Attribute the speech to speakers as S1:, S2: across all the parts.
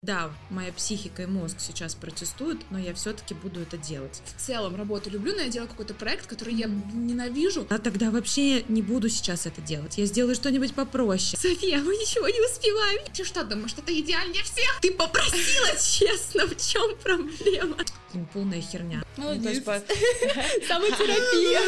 S1: Да, моя психика и мозг сейчас протестуют, но я все-таки буду это делать.
S2: В целом работу люблю, но я делаю какой-то проект, который я ненавижу.
S1: А тогда вообще не буду сейчас это делать. Я сделаю что-нибудь попроще.
S2: София, мы ничего не успеваем. Ты что думаешь, что ты идеальнее всех?
S1: Ты попросила честно, в чем проблема? Полная херня.
S2: Молодец. Самотерапия.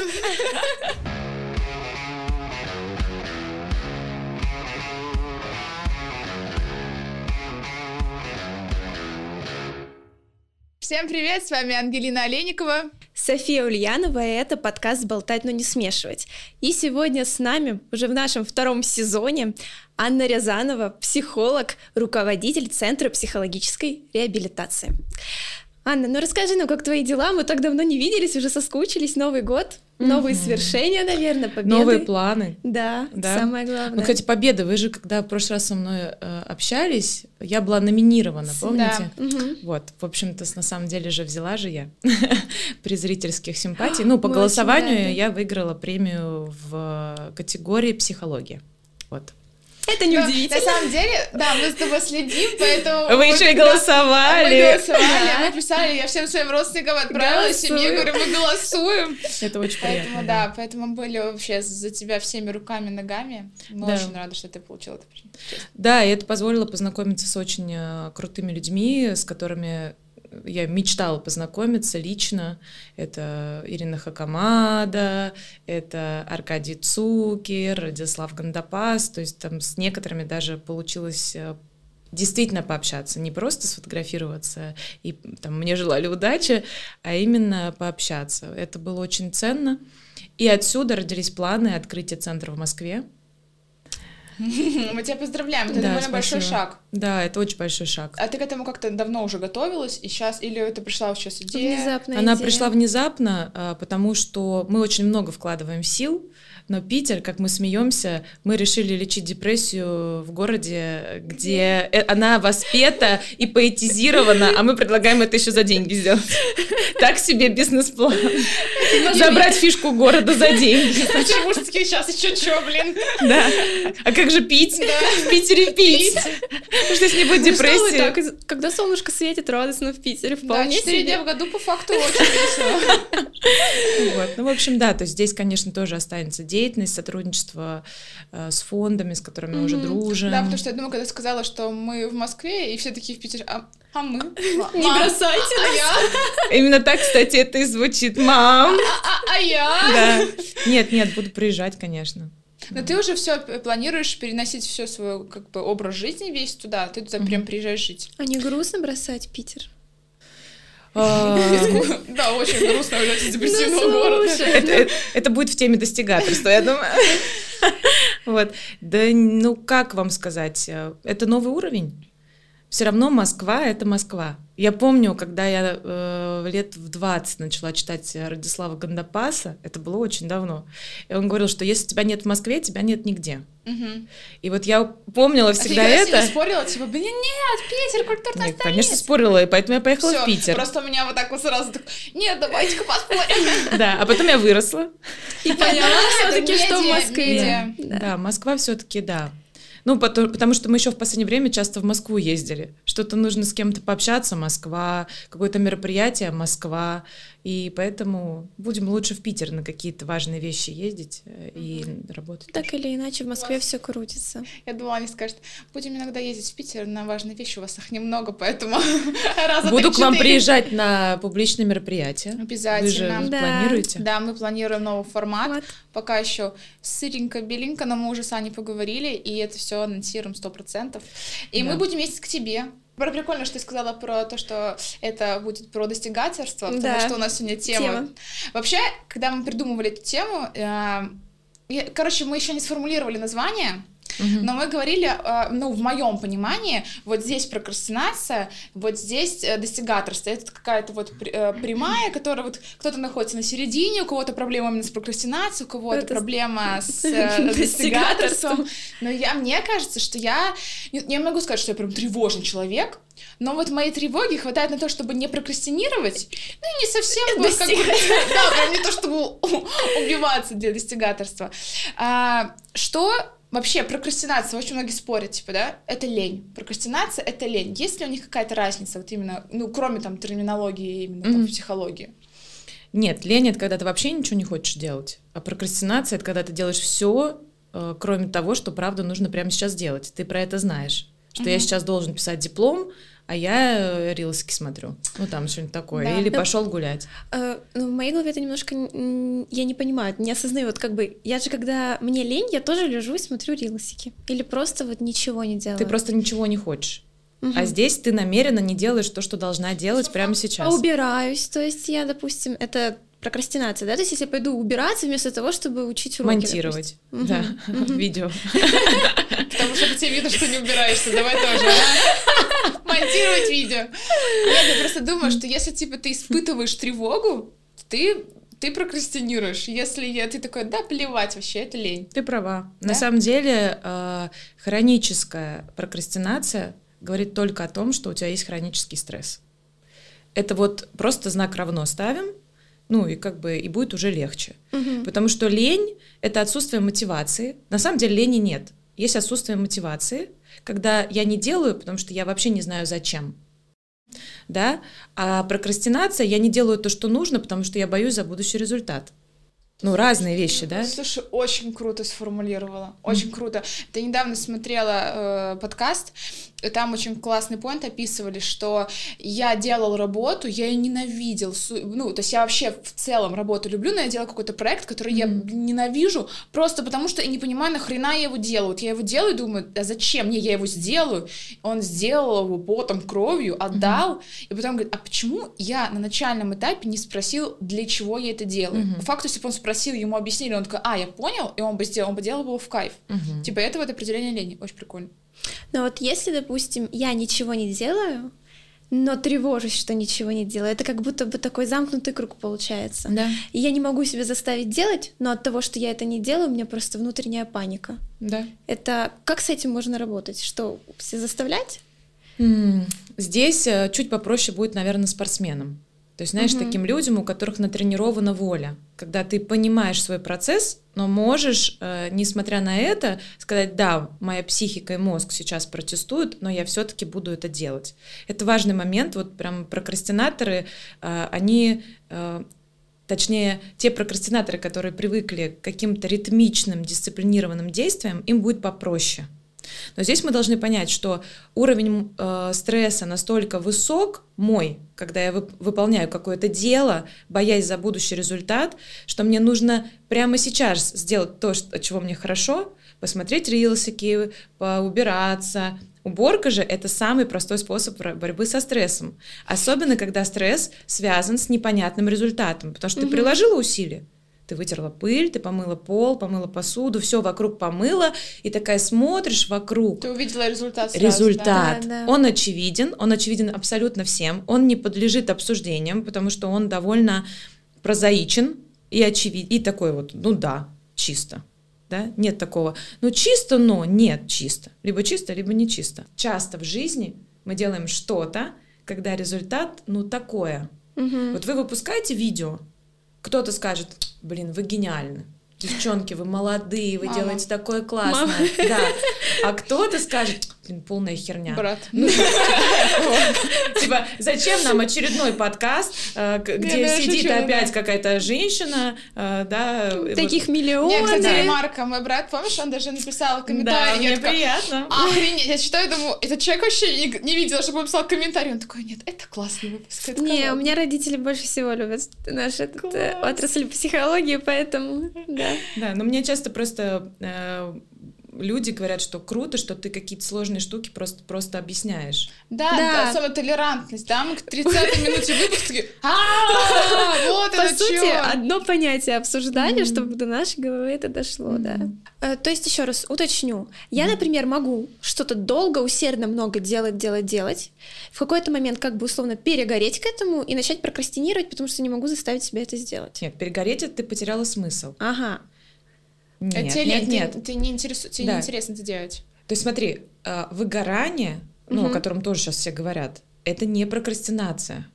S2: Всем привет, с вами Ангелина Олейникова,
S3: София Ульянова, и это подкаст «Болтать, но не смешивать». И сегодня с нами, уже в нашем втором сезоне, Анна Рязанова, психолог, руководитель Центра психологической реабилитации. Анна, ну расскажи нам, как твои дела? Мы так давно не виделись, уже соскучились, Новый год, новые свершения, наверное, победы.
S1: Новые планы.
S3: Да, самое главное.
S1: Ну, кстати, победа, вы же, когда в прошлый раз со мной общались, я была номинирована, помните?
S3: Да.
S1: Вот, в общем-то, на самом деле же взяла же я при зрительских симпатий. Ну, по голосованию я выиграла премию в категории психология. Вот.
S3: Это неудивительно.
S2: На самом деле, да, мы с тобой следим, поэтому...
S1: Вы еще и голосовали.
S2: Мы голосовали, мы писали, я всем своим родственникам отправила, семье, говорю, мы голосуем.
S1: Это очень приятно.
S2: Да, поэтому были вообще за тебя всеми руками, ногами. Мы очень рады, что ты получила это.
S1: Да, и это позволило познакомиться с очень крутыми людьми, с которыми... Я мечтала познакомиться лично. Это Ирина Хакамада, это Аркадий Цукер, Радислав Гандапас. То есть там с некоторыми даже получилось действительно пообщаться. Не просто сфотографироваться и там мне желали удачи, а именно пообщаться. Это было очень ценно. И отсюда родились планы открытия центра в Москве.
S2: Мы тебя поздравляем, это довольно большой шаг.
S1: Да, это очень большой шаг.
S2: А ты к этому как-то давно уже готовилась, и сейчас, или это пришла сейчас идея?
S3: Внезапная
S1: Она
S3: идея.
S1: пришла внезапно, потому что мы очень много вкладываем сил, но Питер, как мы смеемся, мы решили лечить депрессию в городе, где она воспета и поэтизирована, а мы предлагаем это еще за деньги сделать. Так себе бизнес-план. Забрать фишку города за деньги.
S2: Почему же такие сейчас еще что, блин?
S1: Да. А как же пить? В Питере пить. Потому что если не будет депрессии...
S3: Когда солнышко светит, радостно в Питере,
S2: Да,
S3: вполне
S2: 4 дня в году по факту очень весело.
S1: Вот. Ну, в общем, да, то есть здесь, конечно, тоже останется деятельность, сотрудничество с фондами, с которыми мы уже дружим.
S2: Да, потому что я думаю, когда ты сказала, что мы в Москве, и все такие в Питере, а мы?
S3: Не бросайте нас.
S1: Именно так, кстати, это и звучит. Мам!
S2: А я?
S1: Да. Нет, буду приезжать, конечно.
S2: Но ты уже все планируешь переносить все свой как бы образ жизни весь туда, ты туда прям приезжаешь жить.
S3: А не грустно бросать Питер?
S2: Да, очень грустно уезжать из депрессивного города.
S1: Это будет в теме достигаторства, я думаю. Вот. Да, ну как вам сказать, это новый уровень. Все равно Москва — это Москва. Я помню, когда я лет в 20 начала читать Радислава Гандапаса, это было очень давно, и он говорил, что если тебя нет в Москве, тебя нет нигде. И вот я помнила всегда это.
S2: А ты спорила, типа, блин, нет, Питер, культурная столица.
S1: Конечно, спорила, и поэтому я поехала в Питер.
S2: Просто у меня вот так вот сразу так, нет, давайте-ка поспорим.
S1: Да, а потом я выросла.
S3: И поняла все-таки, что в Москве.
S1: Да, Москва все-таки, да. Ну, потому что мы еще в последнее время часто в Москву ездили. Что-то нужно с кем-то пообщаться, Москва, какое-то мероприятие, Москва. И поэтому будем лучше в Питер на какие-то важные вещи ездить и работать.
S3: Так или иначе, в Москве все крутится.
S2: Я думала, они скажут, будем иногда ездить в Питер на важные вещи, у вас их немного, поэтому
S1: буду к вам приезжать на публичные мероприятия.
S2: Обязательно.
S1: Вы же планируете?
S2: Да, мы планируем новый формат. Пока еще сыренько-беленько, но мы уже с Аней поговорили, и это все анонсируем 100%. И мы будем ездить к тебе. Прикольно, что ты сказала про то, что это будет про достигаторство, потому что у нас сегодня тема. Вообще, когда мы придумывали эту тему, мы еще не сформулировали название, но мы говорили, в моем понимании, вот здесь прокрастинация, вот здесь достигаторство. Это какая-то вот прямая, которая вот кто-то находится на середине, у кого-то проблема именно с прокрастинацией, у кого-то проблема с достигаторством. Но мне кажется, что я не могу сказать, что я прям тревожный человек, но вот моей тревоги хватает на то, чтобы не прокрастинировать, ну и не совсем прям не то, чтобы убиваться для достигаторства. Что Вообще, прокрастинация, очень многие спорят, типа, да, это лень. Прокрастинация — это лень. Есть ли у них какая-то разница, вот именно, ну, кроме там терминологии, именно там психологии?
S1: Нет, лень — это когда ты вообще ничего не хочешь делать, а прокрастинация — это когда ты делаешь все, кроме того, что правда нужно прямо сейчас делать. Ты про это знаешь, что я сейчас должен писать диплом, а я рилсики смотрю, ну там что-нибудь такое, или пошел гулять.
S3: Ну, в моей голове это немножко, я не понимаю, не осознаю, вот как бы, я же когда мне лень, я тоже лежу и смотрю рилсики, или просто вот ничего не делаю.
S1: Ты просто ничего не хочешь, а здесь ты намеренно не делаешь то, что должна делать прямо сейчас.
S3: А убираюсь, то есть я, допустим, это прокрастинация, да, то есть если я пойду убираться вместо того, чтобы учить уроки.
S1: Монтировать, да, видео.
S2: Потому что по тебе видно, что не убираешься, давай тоже. Монтировать видео. Нет, я просто думаю, что если, типа, ты испытываешь тревогу, ты прокрастинируешь. Если ты такой, да, плевать вообще, это лень.
S1: Ты права. Да? На самом деле хроническая прокрастинация говорит только о том, что у тебя есть хронический стресс. Это вот просто знак равно ставим, ну и как бы и будет уже легче. Потому что лень — это отсутствие мотивации. На самом деле лени нет. Есть отсутствие мотивации, когда я не делаю, потому что я вообще не знаю зачем. Да? А прокрастинация — я не делаю то, что нужно, потому что я боюсь за будущий результат. Ну, разные вещи, да?
S2: Слушай, очень круто сформулировала, очень круто. Ты недавно смотрела подкаст, и там очень классный поинт описывали, что я делал работу, я ее ненавидел, ну, то есть я вообще в целом работу люблю, но я делала какой-то проект, который я ненавижу, просто потому что я не понимаю, нахрена я его делаю. Вот я его делаю и думаю, а зачем? Не, я его сделаю. Он сделал его потом, кровью, отдал, и потом говорит, а почему я на начальном этапе не спросил, для чего я это делаю? По факту, если бы он спросил, ему объяснили, он такой, я понял, и он бы делал его в кайф. Типа это вот определение лени, очень прикольно.
S3: Но вот если, допустим, я ничего не делаю, но тревожусь, что ничего не делаю, это как будто бы такой замкнутый круг получается.
S1: Да.
S3: И я не могу себя заставить делать, но от того, что я это не делаю, у меня просто внутренняя паника.
S1: Да.
S3: Это как с этим можно работать? Что, все заставлять?
S1: Здесь чуть попроще будет, наверное, спортсменам. То есть, знаешь, таким людям, у которых натренирована воля. Когда ты понимаешь свой процесс, но можешь, несмотря на это, сказать, да, моя психика и мозг сейчас протестуют, но я все-таки буду это делать. Это важный момент. Вот прям прокрастинаторы, они... Точнее, те прокрастинаторы, которые привыкли к каким-то ритмичным, дисциплинированным действиям, им будет попроще. Но здесь мы должны понять, что уровень стресса настолько высок, когда я выполняю какое-то дело, боясь за будущий результат, что мне нужно прямо сейчас сделать то, чего мне хорошо, посмотреть рилсики, поубираться. Уборка же — это самый простой способ борьбы со стрессом. Особенно, когда стресс связан с непонятным результатом, потому что ты приложила усилия. Ты вытерла пыль, ты помыла пол, помыла посуду, все вокруг помыла, и такая смотришь вокруг.
S2: Ты увидела результат сразу.
S1: Результат. Да. Он очевиден абсолютно всем, он не подлежит обсуждениям, потому что он довольно прозаичен и очевиден, и такой вот, ну да, чисто. Да? Нет такого, ну чисто, но нет чисто. Либо чисто, либо не чисто. Часто в жизни мы делаем что-то, когда результат, ну такое. Вот вы выпускаете видео, кто-то скажет, блин, вы гениальны, девчонки, вы молодые, вы делаете такое классное. Да. А кто-то скажет, блин, полная херня.
S2: Брат.
S1: Типа, зачем нам очередной подкаст, где сидит опять какая-то женщина, да.
S3: Таких миллионов.
S2: Нет, кстати, ремарка, мой брат, помнишь, он даже написал комментарий.
S1: Да, мне приятно.
S2: Охренеть, я читаю, думаю, этот человек вообще не видел, чтобы он писал комментарий. Он такой, нет, это классный выпуск.
S3: Не, у меня родители больше всего любят нашу отрасль психологии, поэтому, да.
S1: Да, но мне часто просто люди говорят, что круто, что ты какие-то сложные штуки просто объясняешь.
S2: Да, особенно толерантность, да, мы к 30-й минуте выпуска такие, вот это
S3: по сути, одно понятие обсуждали, чтобы до нашей головы это дошло, да. То есть, еще раз уточню, я, например, могу что-то долго, усердно много делать, в какой-то момент как бы условно перегореть к этому и начать прокрастинировать, потому что не могу заставить себя это сделать.
S1: Нет, перегореть — это ты потеряла смысл.
S3: Ага.
S2: Нет. Тебе не интересно это делать.
S1: То есть смотри, выгорание, о котором тоже сейчас все говорят, это не прокрастинация.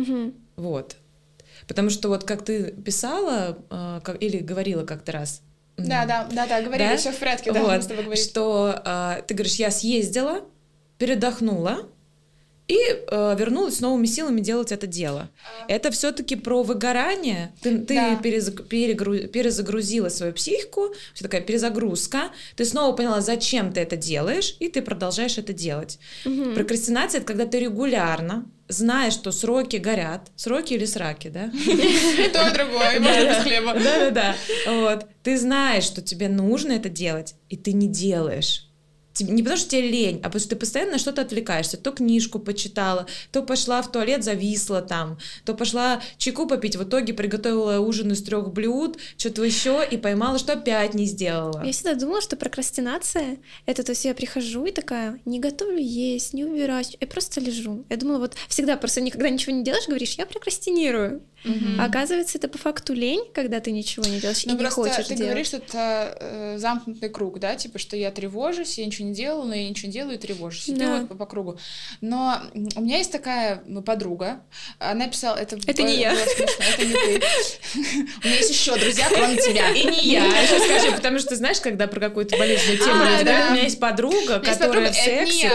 S1: Вот. Потому что вот как ты писала или говорила как-то раз,
S2: Да, говорили, да? Все в порядке, да,
S1: вот,
S2: мы с тобой говорили.
S1: Что ты говоришь, я съездила, передохнула, и вернулась с новыми силами делать это дело. Это все-таки про выгорание. Ты перезагрузила свою психику, все такая перезагрузка. Ты снова поняла, зачем ты это делаешь, и ты продолжаешь это делать. Прокрастинация — это когда ты регулярно, зная, что сроки горят. Сроки или сраки, да?
S2: И то, и другое, и можно без хлеба.
S1: Да. Вот. Ты знаешь, что тебе нужно это делать, и ты не делаешь. Не потому что тебе лень, а потому что ты постоянно на что-то отвлекаешься. То книжку почитала, то пошла в туалет, зависла там, то пошла чайку попить, в итоге приготовила ужин из 3 блюд, что-то еще, и поймала, что опять не сделала.
S3: Я всегда думала, что прокрастинация — это, то есть я прихожу и такая, не готовлю есть, не убираюсь, я просто лежу. Я думала, вот всегда просто никогда ничего не делаешь, говоришь, я прокрастинирую. А оказывается, это по факту лень, когда ты ничего не делаешь и не хочешь делать.
S2: Ты говоришь, что это замкнутый круг, да, типа, что я тревожусь, я ничего не делаю, но я ничего не делаю и тревожусь. И ты вот по кругу. Но у меня есть такая подруга, она писала... Это
S3: не я.
S2: Это не ты. У меня есть еще друзья, кроме тебя.
S1: И не я. Сейчас скажи, потому что, знаешь, когда про какую-то болезненную тему разговаривают, у меня есть подруга, которая в сексе...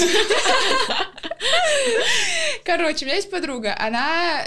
S2: Короче, у меня есть подруга, она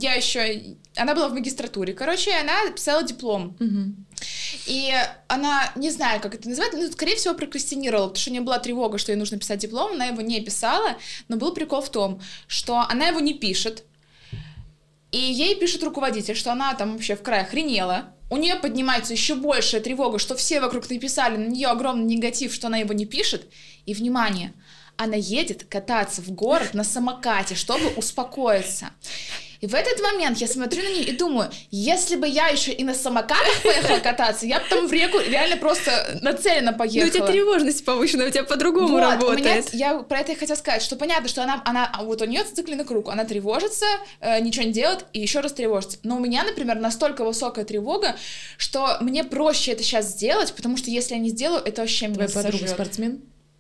S2: была в магистратуре, короче, она писала диплом. И она, не знаю, как это называть, но, скорее всего, прокрастинировала, потому что у нее была тревога, что ей нужно писать диплом, она его не писала, но был прикол в том, что она его не пишет, и ей пишет руководитель, что она там вообще в край охренела, у нее поднимается еще большая тревога, что все вокруг написали на нее огромный негатив, что она его не пишет, и, внимание, она едет кататься в город на самокате, чтобы успокоиться. И в этот момент я смотрю на нее и думаю, если бы я еще и на самокатах поехала кататься, я бы там в реку реально просто нацеленно поехала.
S3: Ну, у тебя тревожность повышена, у тебя по-другому работает.
S2: Я про это и хотела сказать, что понятно, что она вот у нее зацикленный круг, она тревожится, ничего не делает и еще раз тревожится. Но у меня, например, настолько высокая тревога, что мне проще это сейчас сделать, потому что если я не сделаю, это вообще меня сожжет.
S1: Твоя подруга спортсмен?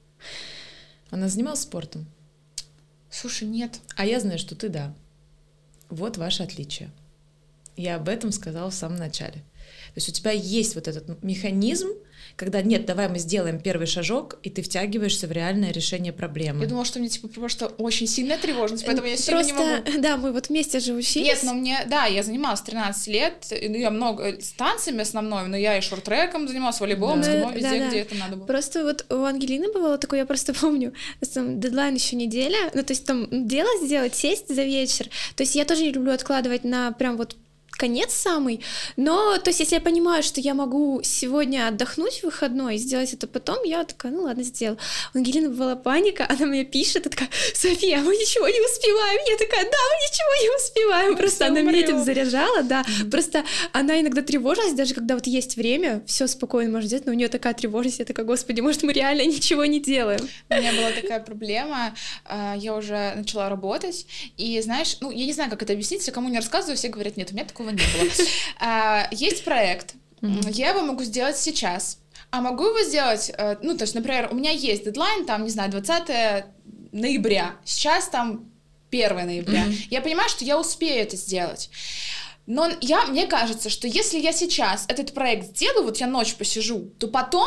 S1: Она занималась спортом?
S2: Слушай, нет.
S1: А я знаю, что ты да. Вот ваше отличие. Я об этом сказала в самом начале. То есть у тебя есть вот этот механизм, когда нет, давай мы сделаем первый шажок, и ты втягиваешься в реальное решение проблемы.
S2: Я думала, что мне типа просто очень сильная тревожность, поэтому я сильно не могу.
S3: Да, мы вот вместе же учились.
S2: Нет, но я занималась 13 лет, я много с танцами основной, но я и шорт-треком занималась, волейболом, везде, где это надо было.
S3: Просто вот у Ангелины бывало такое, я просто помню, там дедлайн еще неделя, ну то есть там дело сделать, сесть за вечер, то есть я тоже не люблю откладывать на прям вот конец самый, но, то есть, если я понимаю, что я могу сегодня отдохнуть в выходной и сделать это потом, я такая, ну ладно, сделаю. У Ангелины была паника, она мне пишет, и такая, София, мы ничего не успеваем. Я такая, да, мы ничего не успеваем. Просто она меня этим заряжала, да. Просто она иногда тревожилась, даже когда вот есть время, все спокойно можно делать, но у нее такая тревожность, я такая, господи, может, мы реально ничего не делаем.
S2: У меня была такая проблема, я уже начала работать, и знаешь, ну, я не знаю, как это объяснить, если кому не рассказываю, все говорят, нет, у меня такого не было. Есть проект, я его могу сделать сейчас, а могу его сделать, ну, то есть, например, у меня есть дедлайн, там, не знаю, 20 ноября, сейчас там 1 ноября, я понимаю, что я успею это сделать. Но мне кажется, что если я сейчас этот проект сделаю, вот я ночь посижу, то потом,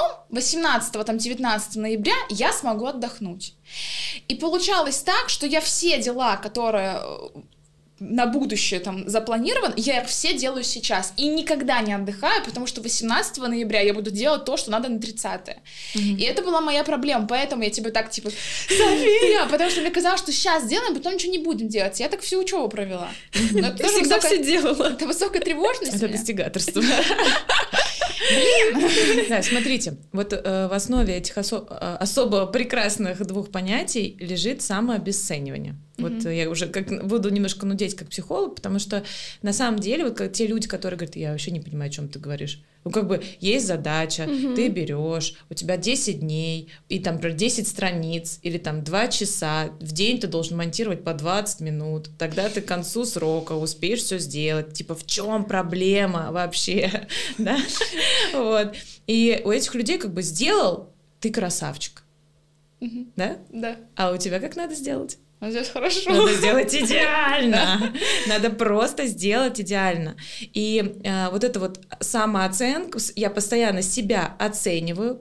S2: 18-19 ноября, я смогу отдохнуть. И получалось так, что я все дела, которые на будущее там запланирован, я их все делаю сейчас. И никогда не отдыхаю, потому что 18 ноября я буду делать то, что надо на 30-е. И это была моя проблема, поэтому я тебе так, типа, София, потому что мне казалось, что сейчас сделаем, потом ничего не будем делать. Я так всю учебу провела.
S3: Но ты всегда все делала.
S2: Это высокая тревожность.
S1: Это достигаторство. Да, смотрите, вот в основе этих особо прекрасных двух понятий лежит самообесценивание. Вот я уже буду немножко нудеть как психолог, потому что на самом деле вот те люди, которые говорят, я вообще не понимаю, о чем ты говоришь. Ну, как бы есть задача, ты берешь, у тебя 10 дней, и там, например, 10 страниц, или там 2 часа, в день ты должен монтировать по 20 минут, тогда ты к концу срока успеешь все сделать. Типа, в чем проблема вообще? Да? Вот. И у этих людей как бы сделал, ты красавчик. Да?
S2: Да.
S1: А у тебя как надо сделать?
S2: Здесь хорошо.
S1: Надо сделать идеально. Надо просто сделать идеально. И вот эта вот самооценка, я постоянно себя оцениваю,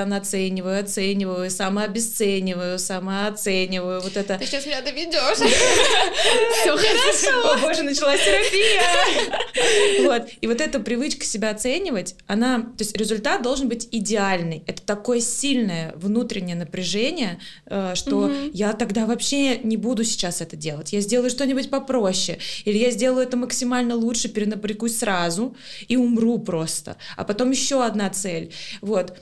S1: самообесцениваю, самооцениваю. Вот это...
S2: Ты сейчас меня доведешь.
S3: Все хорошо.
S1: О боже, началась терапия. Вот. И вот эта привычка себя оценивать, она, то есть результат должен быть идеальный. Это такое сильное внутреннее напряжение, что я тогда вообще не буду сейчас это делать. Я сделаю что-нибудь попроще. Или я сделаю это максимально лучше, перенапрягусь сразу и умру просто. А потом еще одна цель. Вот.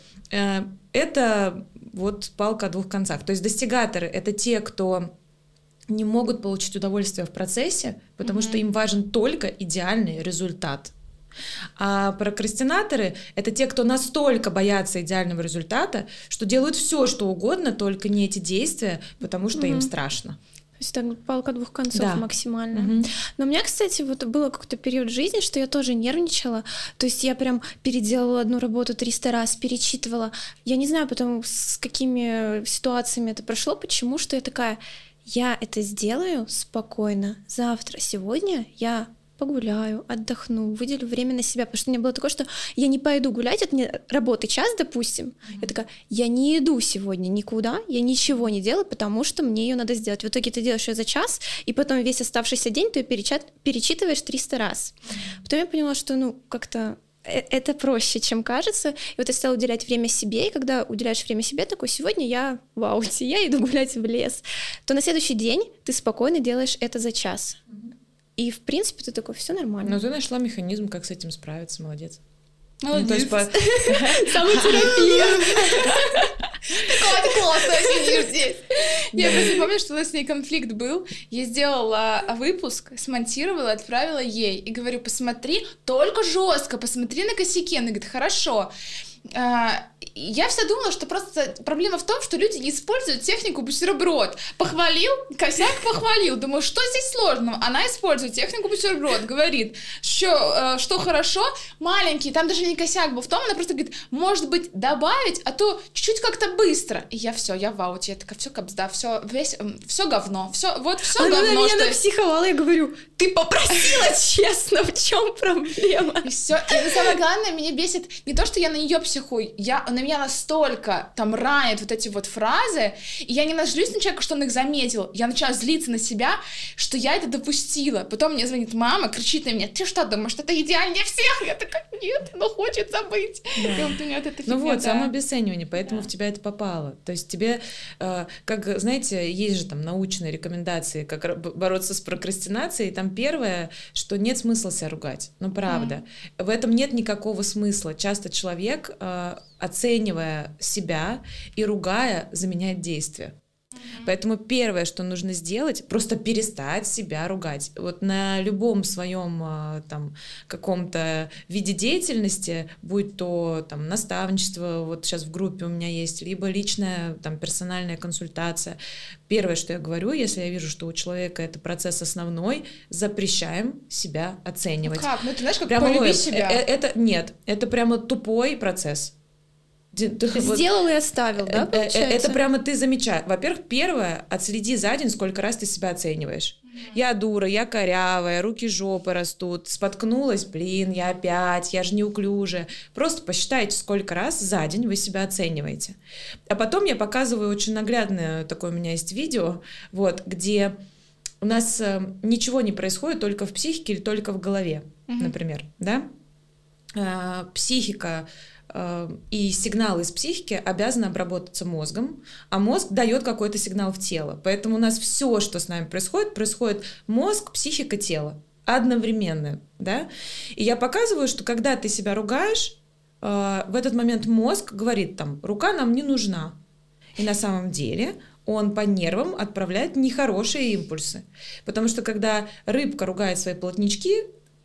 S1: Это вот палка о двух концах. То есть достигаторы — это те, кто не могут получить удовольствие в процессе, потому что им важен только идеальный результат. А прокрастинаторы — это те, кто настолько боятся идеального результата, что делают все, что угодно, только не эти действия, потому что им страшно.
S3: То есть так палка двух концов максимально. Но у меня, кстати, вот был какой-то период жизни, что я тоже нервничала. То есть я прям переделала одну работу 300 раз, перечитывала. Я не знаю потом, с какими ситуациями это прошло, почему, что я такая: я это сделаю спокойно завтра, сегодня я погуляю, отдохну, выделю время на себя, потому что у меня было такое, что я не пойду гулять, от мне работы час, допустим, я такая: я не иду сегодня никуда, я ничего не делаю, потому что мне ее надо сделать. В итоге ты делаешь ее за час, и потом весь оставшийся день ты ее перечитываешь 300 раз. Потом я поняла, что, как-то это проще, чем кажется. И вот я стала уделять время себе, и когда уделяешь время себе, такой: сегодня я в ауте, я иду гулять в лес, то на следующий день ты спокойно делаешь это за час. И, в принципе, ты такой: все нормально.
S1: Но ты нашла механизм, как с этим справиться, молодец.
S2: Молодец.
S3: Самотерапия.
S2: Такого ты классно сидишь здесь. Я просто помню, что у нас с ней конфликт был. Я сделала выпуск, смонтировала, отправила ей. И говорю: посмотри, только жестко, посмотри на косяки. Она говорит: хорошо. Я всегда думала, что просто проблема в том, что люди не используют технику бутерброд. Похвалил, косяк похвалил. Думаю, что здесь сложного? Она использует технику бутерброд, говорит, что хорошо, маленький, там даже не косяк был в том, она просто говорит: может быть, добавить, а то чуть-чуть как-то быстро. И я в ауте, я такая: все капсда, все говно, все говно.
S3: Она меня напсиховала, я говорю: ты попросила честно, в чем проблема?
S2: И все. И самое главное, меня бесит не то, что я на нее психую, на меня настолько там ранят вот эти вот фразы, и я не злюсь на человека, что он их заметил, я начала злиться на себя, что я это допустила. Потом мне звонит мама, кричит на меня: ты что, думаешь, что это идеальнее всех? Я такая: нет, но хочется быть.
S1: Да.
S2: И вот у меня вот это
S1: самообесценивание, поэтому в тебя это попало. То есть тебе, как, знаете, есть же там научные рекомендации, как бороться с прокрастинацией, там первое, что нет смысла себя ругать, правда. В этом нет никакого смысла. Часто человек, оценивая себя и ругая, заменяет действие. Поэтому первое, что нужно сделать, просто перестать себя ругать. Вот на любом своем там каком-то виде деятельности, будь то там наставничество, вот сейчас в группе у меня есть, либо личная там персональная консультация. Первое, что я говорю, если я вижу, что у человека это процесс основной, запрещаем себя оценивать.
S2: Как? Ты знаешь, как
S1: прямо
S2: полюби себя?
S1: Это прямо тупой процесс.
S3: Сделал и оставил, да, получается?
S1: Это прямо ты замечаешь. Во-первых, первое, отследи за день, сколько раз ты себя оцениваешь. Я дура, я корявая, руки жопы растут, споткнулась, я опять, я же неуклюжая. Просто посчитайте, сколько раз за день вы себя оцениваете. А потом я показываю очень наглядное, такое у меня есть видео, где у нас ничего не происходит только в психике или только в голове, например, да? Психика и сигналы из психики обязаны обработаться мозгом, а мозг дает какой-то сигнал в тело. Поэтому у нас все, что с нами происходит мозг, психика, тело одновременно, да? И я показываю, что когда ты себя ругаешь, в этот момент мозг говорит там: рука нам не нужна. И на самом деле он по нервам отправляет нехорошие импульсы. Потому что когда рыбка ругает свои плавнички,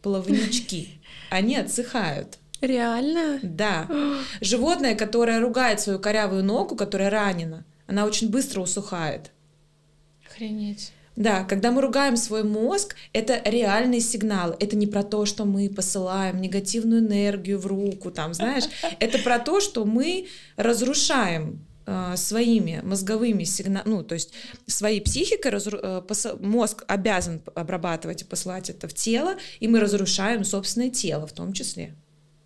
S1: они отсыхают.
S3: Реально?
S1: Да. Животное, которое ругает свою корявую ногу, которая ранена, она очень быстро усыхает.
S2: Охренеть.
S1: Да, когда мы ругаем свой мозг, это реальный сигнал. Это не про то, что мы посылаем негативную энергию в руку, там, знаешь. Это про то, что мы разрушаем своими мозговыми сигналами, то есть своей психикой мозг обязан обрабатывать и посылать это в тело, и мы разрушаем собственное тело в том числе.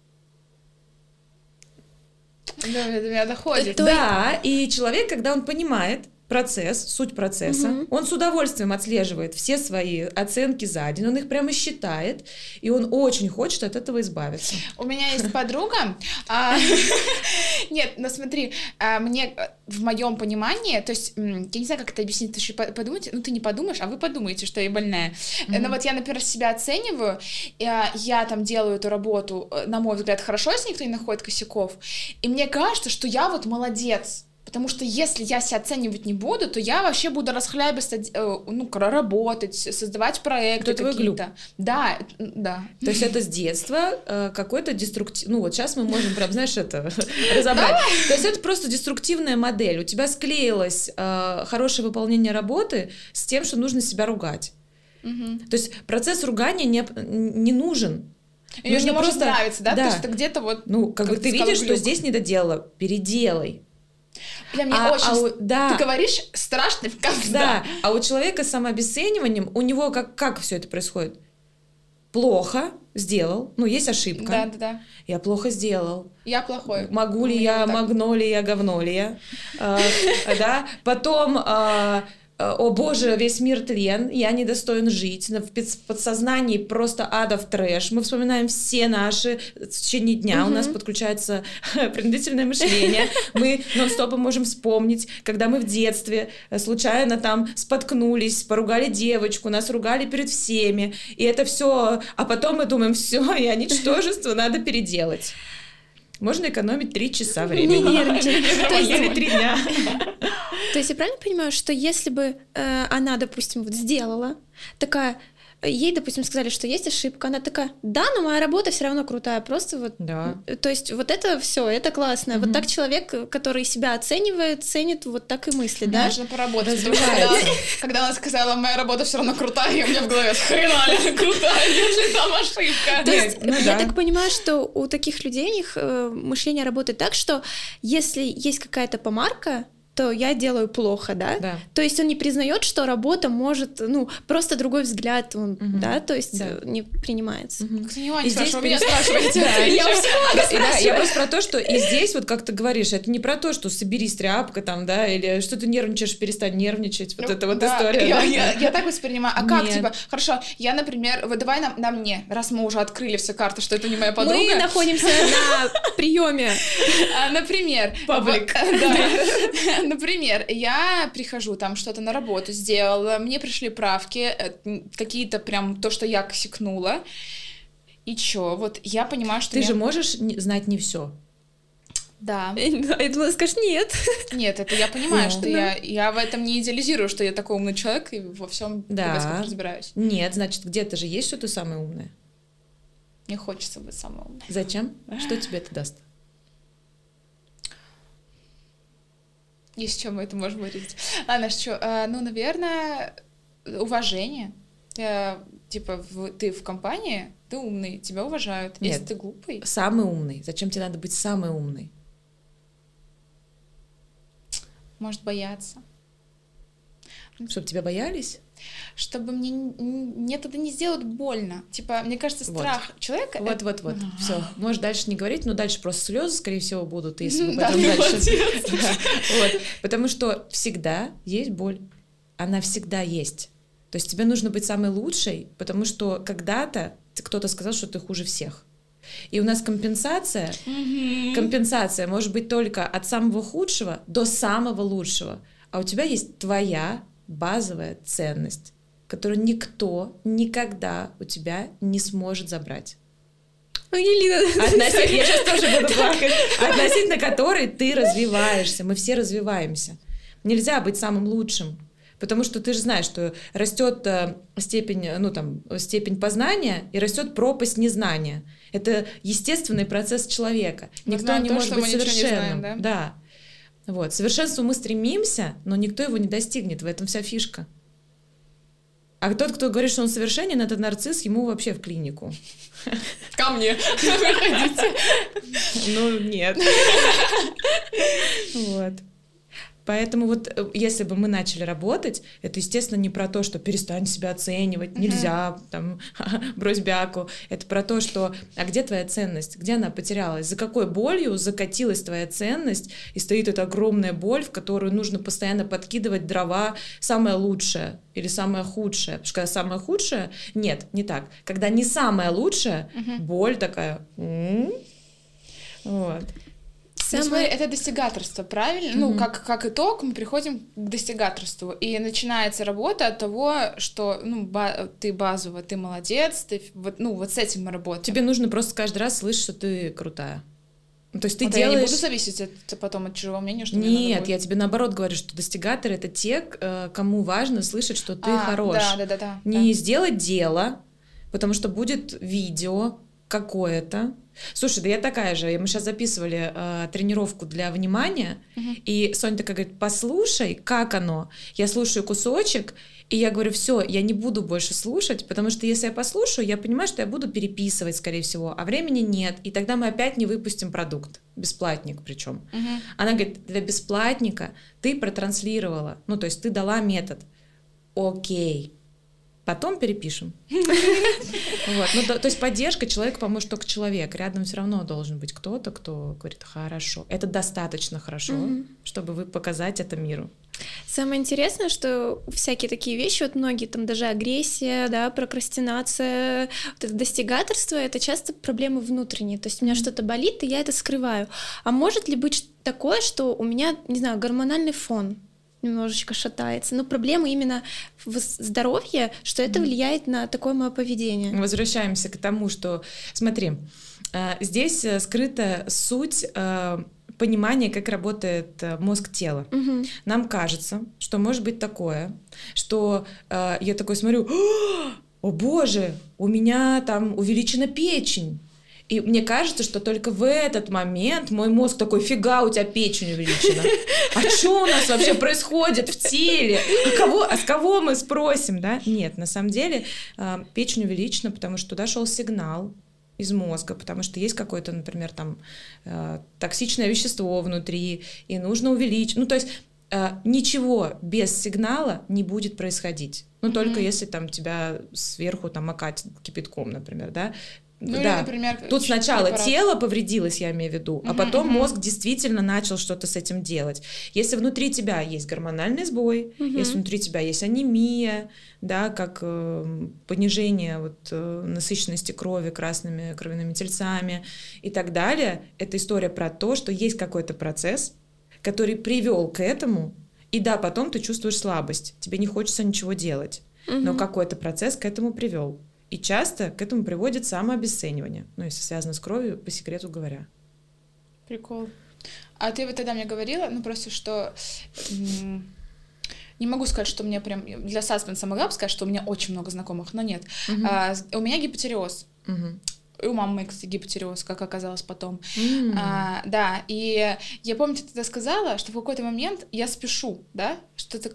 S2: Да, до меня доходит.
S1: Да, и человек, когда он понимает суть процесса, он с удовольствием отслеживает все свои оценки за день, он их прямо считает, и он очень хочет от этого избавиться.
S2: У меня есть подруга, нет, ну смотри, мне в моем понимании, то есть, я не знаю, как это объяснить, ты еще подумайте, ну ты не подумаешь, а вы подумаете, что я больная. Но вот я, например, себя оцениваю, я там делаю эту работу, на мой взгляд, хорошо, если никто не находит косяков, и мне кажется, что я вот молодец. Потому что если я себя оценивать не буду, то я вообще буду расхлябисто, работать, создавать проекты какие-то. Да.
S1: То есть это с детства какой-то деструктив... Ну вот сейчас мы можем прям, знаешь, это разобрать. То есть это просто деструктивная модель. У тебя склеилось хорошее выполнение работы с тем, что нужно себя ругать. То есть процесс ругания не нужен.
S2: Ее не может нравиться, да? То есть это где-то вот...
S1: Ну, как бы ты видишь, что здесь не доделала, переделай.
S2: Бля, мне очень... Ты говоришь страшно, как
S1: да. А у человека с самообесцениванием, у него как все это происходит? Плохо сделал, есть ошибка.
S2: Да.
S1: Я плохо сделал.
S2: Я плохой.
S1: Могу ли я, могно ли я, говно ли я? Да. Потом... О боже, весь мир тлен, я недостоин жить. В подсознании просто адов трэш. Мы вспоминаем все наши в течение дня. У нас подключается принудительное мышление. Мы нон-стопом можем вспомнить, когда мы в детстве случайно там споткнулись, поругали девочку, нас ругали перед всеми. И это все. А потом мы думаем, все, я ничтожество, надо переделать. Можно экономить 3 часа времени.
S3: Не нервничай.
S1: Или 3 дня.
S3: То есть я правильно понимаю, что если бы она, допустим, вот сделала, такая, ей, допустим, сказали, что есть ошибка, она такая, да, но моя работа все равно крутая, просто вот, то есть вот это все, это классно. Вот так человек, который себя оценивает, ценит, вот так и мыслит, да?
S2: Нужно поработать. Когда она сказала, моя работа все равно крутая, и у меня в голове, хрена ли крутая, неужели там ошибка?
S3: То есть я так понимаю, что у таких людей, у них мышление работает так, что если есть какая-то помарка, то я делаю плохо, да? То есть он не признает, что работа может, просто другой взгляд, да, то есть не принимается.
S2: И здесь меня спрашиваете.
S1: Я просто про то, что и здесь, вот как ты говоришь, это не про то, что соберись, тряпка там, да, или что ты нервничаешь, перестань нервничать, вот эта вот история.
S2: Я так воспринимаю. А как, типа, хорошо, я, например, вот давай на мне, раз мы уже открыли все карты, что это не моя подруга.
S3: Мы находимся на приеме.
S2: Например.
S1: Паблик.
S2: Например, я прихожу, там что-то на работу сделала, мне пришли правки, какие-то прям то, что я косякнула, и чё, вот я понимаю, что...
S1: Ты же можешь знать не все.
S2: Да.
S3: Я думала, скажешь, нет.
S2: Нет, это я понимаю, что я в этом не идеализирую, что я такой умный человек и во всем разбираюсь.
S1: Нет, значит, где-то же есть, что ты самая умная.
S2: Мне хочется быть самой умной.
S1: Зачем? Что тебе это даст?
S2: И с чем мы это можем говорить? Ладно, что, наверное, уважение. Типа, ты в компании, ты умный, тебя уважают.
S1: Нет,
S2: если ты глупый...
S1: Самый умный. Зачем тебе надо быть самой умной?
S2: Может, бояться.
S1: Чтобы тебя боялись?
S2: Чтобы мне тогда не сделают больно. Типа, мне кажется, страх человека...
S1: Вот. Все. Можешь дальше не говорить, но дальше просто слезы, скорее всего, будут, если мы пойдем дальше. Потому что всегда есть боль. Она всегда есть. То есть тебе нужно быть самой лучшей, потому что когда-то кто-то сказал, что ты хуже всех. И у нас компенсация может быть только от самого худшего до самого лучшего. А у тебя есть твоя базовая ценность, которую никто никогда у тебя не сможет забрать.
S3: Елена,
S1: я сейчас тоже буду плакать. Относительно которой ты развиваешься. Мы все развиваемся. Нельзя быть самым лучшим. Потому что ты же знаешь, что растет степень познания и растет пропасть незнания. Это естественный процесс человека. Никто не может быть совершенным. Да. Вот. К совершенству мы стремимся, но никто его не достигнет. В этом вся фишка. А тот, кто говорит, что он совершенен, это нарцисс, ему вообще в клинику.
S2: Ко мне. Выходите.
S1: Нет. Вот. Поэтому вот если бы мы начали работать, это, естественно, не про то, что перестань себя оценивать, нельзя, там, брось бяку. Это про то, что, а где твоя ценность? Где она потерялась? За какой болью закатилась твоя ценность, и стоит эта огромная боль, в которую нужно постоянно подкидывать дрова, самое лучшее или самое худшее. Потому что когда самое худшее, нет, не так. Когда не самое лучшее, боль такая... Вот.
S2: Ну, смотри, это достигаторство, правильно? Ну, как итог, мы приходим к достигаторству, и начинается работа от того, что, ты базово, ты молодец, ты вот с этим мы работаем.
S1: Тебе нужно просто каждый раз слышать, что ты крутая. То есть ты
S2: делаешь... Я не буду зависеть потом от чужого мнения, что
S1: Нет, я тебе наоборот говорю, что достигаторы — это те, кому важно слышать, что ты хорош.
S2: Да.
S1: Не сделать дело, потому что будет видео какое-то. Слушай, да я такая же. Мы сейчас записывали тренировку для внимания, и Соня такая говорит: послушай, как оно. Я слушаю кусочек, и я говорю: все, я не буду больше слушать, потому что если я послушаю, я понимаю, что я буду переписывать, скорее всего, а времени нет, и тогда мы опять не выпустим продукт. Бесплатник причем. Она говорит: для бесплатника ты протранслировала, то есть ты дала метод. Окей. Потом перепишем. То есть поддержка человека поможет только человек. Рядом все равно должен быть кто-то, кто говорит: хорошо. Это достаточно хорошо, чтобы вы показать это миру.
S3: Самое интересное, что всякие такие вещи, вот многие там даже агрессия, да, прокрастинация, вот это достигаторство, это часто проблемы внутренние. То есть у меня что-то болит, и я это скрываю. А может ли быть такое, что у меня, не знаю, гормональный фон немножечко шатается, но проблема именно в здоровье, что это влияет на такое мое поведение.
S1: Возвращаемся к тому, что, смотри, здесь скрыта суть понимания, как работает мозг тела. Нам кажется, что может быть такое, что я такой смотрю: о боже, у меня там увеличена печень. И мне кажется, что только в этот момент мой мозг такой: фига, у тебя печень увеличена. А что у нас вообще происходит в теле? А с кого мы спросим, да? Нет, на самом деле печень увеличена, потому что туда шел сигнал из мозга, потому что есть какое-то, например, там токсичное вещество внутри, и нужно увеличить. То есть ничего без сигнала не будет происходить. Только если там тебя сверху там макать кипятком, например, да?
S2: Или, например,
S1: тут сначала тело повредилось, я имею в виду, а потом мозг действительно начал что-то с этим делать. Если внутри тебя есть гормональный сбой, если внутри тебя есть анемия, да, как понижение насыщенности крови красными кровяными тельцами и так далее, это история про то, что есть какой-то процесс, который привел к этому, и да, потом ты чувствуешь слабость, тебе не хочется ничего делать, но какой-то процесс к этому привел. И часто к этому приводит самообесценивание, если связано с кровью, по секрету говоря.
S2: Прикол. А ты вот тогда мне говорила, просто что... Не могу сказать, что у меня прям... Для саспенса могла бы сказать, что у меня очень много знакомых, но нет. У меня гипотиреоз. И у мамы, кстати, гипотиреоз, как оказалось потом. Да, и я помню, ты тогда сказала, что в какой-то момент я спешу, да? Что-то,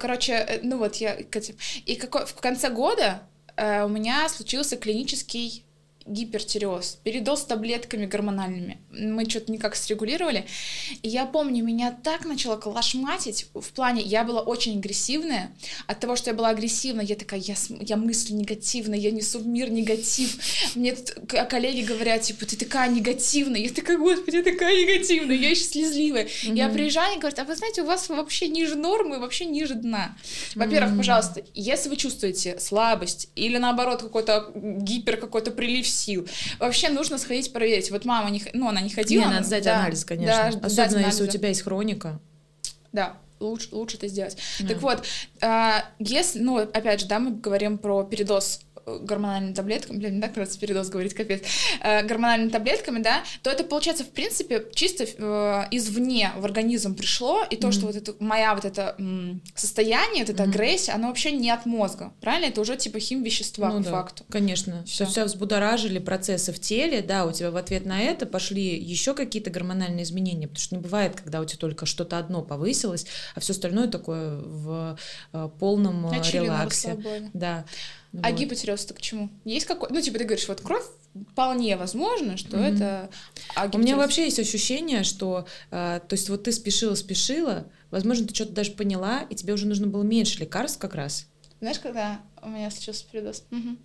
S2: И в конце года у меня случился клинический гипертиреоз, передоз таблетками гормональными. Мы что-то никак срегулировали. И я помню, меня так начало колошматить в плане, я была очень агрессивная. От того, что я была агрессивна, я такая, я мыслю негативно, я несу в мир негатив. Мне тут коллеги говорят, ты такая негативная. Я такая: господи, я такая негативная, я еще слезливая. Я приезжаю и говорят: а вы знаете, у вас вообще ниже нормы, вообще ниже дна. Во-первых, пожалуйста, если вы чувствуете слабость или наоборот какой-то какой-то прилив сил, вообще нужно сходить проверить. Вот мама, она не ходила.
S1: Надо сдать анализ, конечно. Особенно, если у тебя есть хроника.
S2: Да, лучше это сделать. Так вот, если, опять же, мы говорим про передоз гормональными таблетками, не так нравится передоз говорить, капец, гормональными таблетками, да, то это, получается, в принципе, чисто извне в организм пришло, и то, что моя состояние, эта агрессия, оно вообще не от мозга, правильно? Это уже типа химвещества, по факту.
S1: Конечно. Все взбудоражили процессы в теле, да, у тебя в ответ на это пошли еще какие-то гормональные изменения, потому что не бывает, когда у тебя только что-то одно повысилось, а все остальное такое в полном релаксе. Да.
S2: А гипотиреоз это к чему? Есть какой? Ты говоришь, кровь, вполне возможно, что это...
S1: У меня вообще есть ощущение, что, то есть ты спешила, Возможно, ты что-то даже поняла, и тебе уже нужно было меньше лекарств как раз.
S2: Знаешь, когда у меня случился передоз? Угу.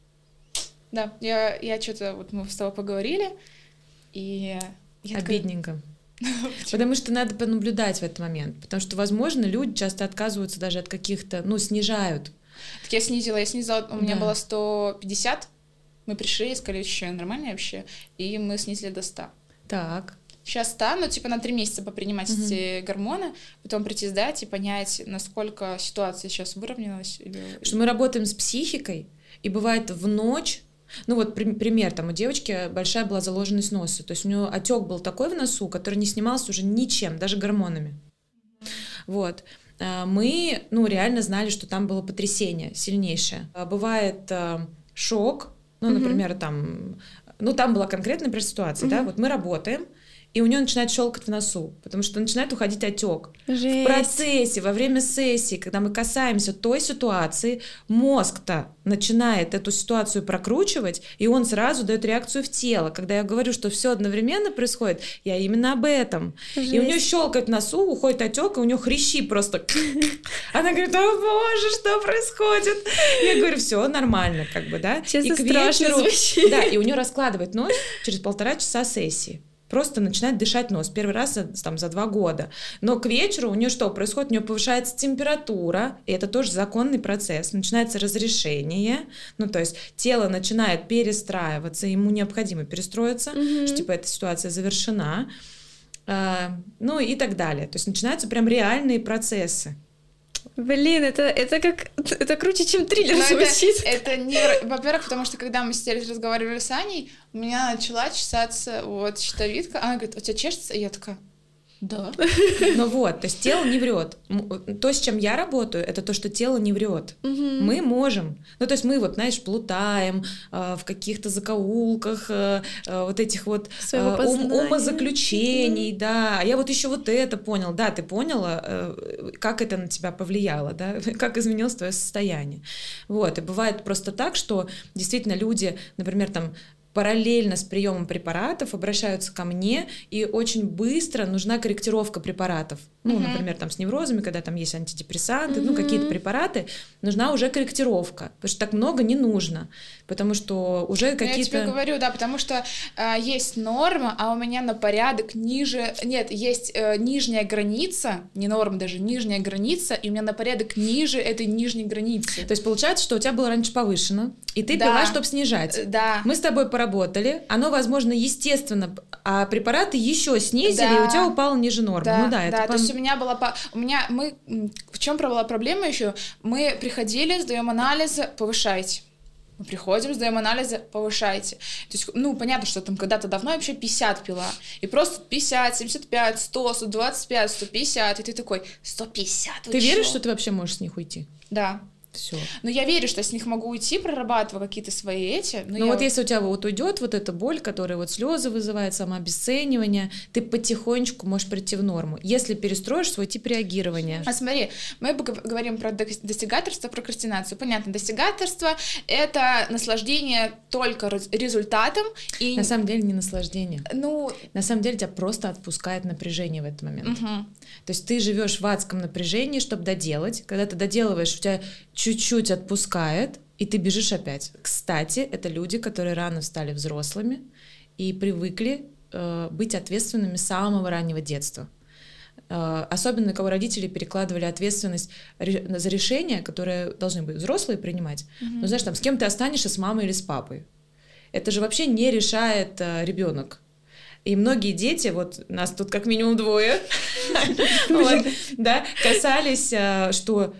S2: Да, я что-то, вот мы с тобой поговорили, и...
S1: Обидненько. Потому что надо понаблюдать в этот момент. Потому что, возможно, люди часто отказываются даже от каких-то, снижают.
S2: Так я снизила, у меня было 150, мы пришли и сказали, что нормально вообще, и мы снизили до 100.
S1: Так.
S2: Сейчас 100, на 3 месяца попринимать эти гормоны, потом прийти сдать и понять, насколько ситуация сейчас выровнялась.
S1: Что мы работаем с психикой, и бывает в ночь. Пример, у девочки большая была заложенность носа, то есть у нее отек был такой в носу, который не снимался уже ничем, даже гормонами. Вот. Мы, реально знали, что там было потрясение сильнейшее. Бывает шок, например, там была конкретная ситуация, да, вот мы работаем, и у нее начинает щелкать в носу, потому что начинает уходить отек. В процессе, во время сессии, когда мы касаемся той ситуации, мозг-то начинает эту ситуацию прокручивать, и он сразу дает реакцию в тело. Когда я говорю, что все одновременно происходит, я именно об этом. Жесть. И у нее щелкает в носу, уходит отек, и у нее хрящи просто. Она говорит: о боже, что происходит? Я говорю: все нормально, да.
S3: Честно, и к вечеру,
S1: да, и у нее раскладывает нос через 1,5 часа сессии. Просто начинает дышать нос. Первый раз за 2 года. Но к вечеру у нее что происходит? У нее повышается температура, и это тоже законный процесс. Начинается разрешение, то есть тело начинает перестраиваться, ему необходимо перестроиться, что эта ситуация завершена, и так далее. То есть начинаются прям реальные процессы.
S3: Блин, это круче, чем триллер звучит.
S2: Это не... Во-первых, потому что когда мы сидели разговаривали с Аней, у меня начала чесаться щитовидка. Она говорит: у тебя чешется? И я такая: да.
S1: То есть тело не врет. То, с чем я работаю, это то, что тело не врет. Мы можем. То есть мы плутаем в каких-то закоулках этих умозаключений, да. А я еще это понял. Да, ты поняла, как это на тебя повлияло, да, как изменилось твое состояние. И бывает просто так, что действительно люди, например, параллельно с приемом препаратов обращаются ко мне, и очень быстро нужна корректировка препаратов. Например, с неврозами, когда есть антидепрессанты, какие-то препараты, нужна уже корректировка, потому что так много не нужно, потому что уже какие-то...
S2: Я тебе говорю, да, потому что есть норма, а у меня на порядок ниже... Нет, есть нижняя граница, не норма даже, нижняя граница, и у меня на порядок ниже этой нижней границы.
S1: То есть получается, что у тебя было раньше повышено, и ты пила, чтобы снижать.
S2: Да.
S1: Мы с тобой поработали, оно, возможно, естественно, а препараты еще снизили, и у тебя упало ниже нормы.
S2: Да, то есть у меня была... В чем была проблема еще? Мы приходили, сдаем анализы, повышайте. Мы приходим, сдаем анализы, повышайте. То есть, понятно, что когда-то давно я вообще 50 пила. И просто 50, 75, 100, 125, 150. И ты такой: 150,
S1: Ты веришь, что ты вообще можешь с них уйти?
S2: Да.
S1: Все.
S2: Но я верю, что я с них могу уйти, прорабатывая какие-то свои эти.
S1: Если у тебя уйдет эта боль, которая слезы вызывает, самообесценивание, ты потихонечку можешь прийти в норму, если перестроишь свой тип реагирования.
S2: Смотри, мы говорим про достигаторство, прокрастинацию. Понятно, достигаторство — это наслаждение только результатом. И...
S1: На самом деле не наслаждение. На самом деле тебя просто отпускает напряжение в этот момент. То есть ты живешь в адском напряжении, чтобы доделать. Когда ты доделываешь, у тебя чуть-чуть отпускает, и ты бежишь опять. Кстати, это люди, которые рано стали взрослыми и привыкли быть ответственными с самого раннего детства. Особенно на кого родители перекладывали ответственность за решения, которые должны быть взрослые принимать. Знаешь, с кем ты останешься, с мамой или с папой. Это же вообще не решает ребенок. И многие дети, нас тут как минимум 2, касались, что...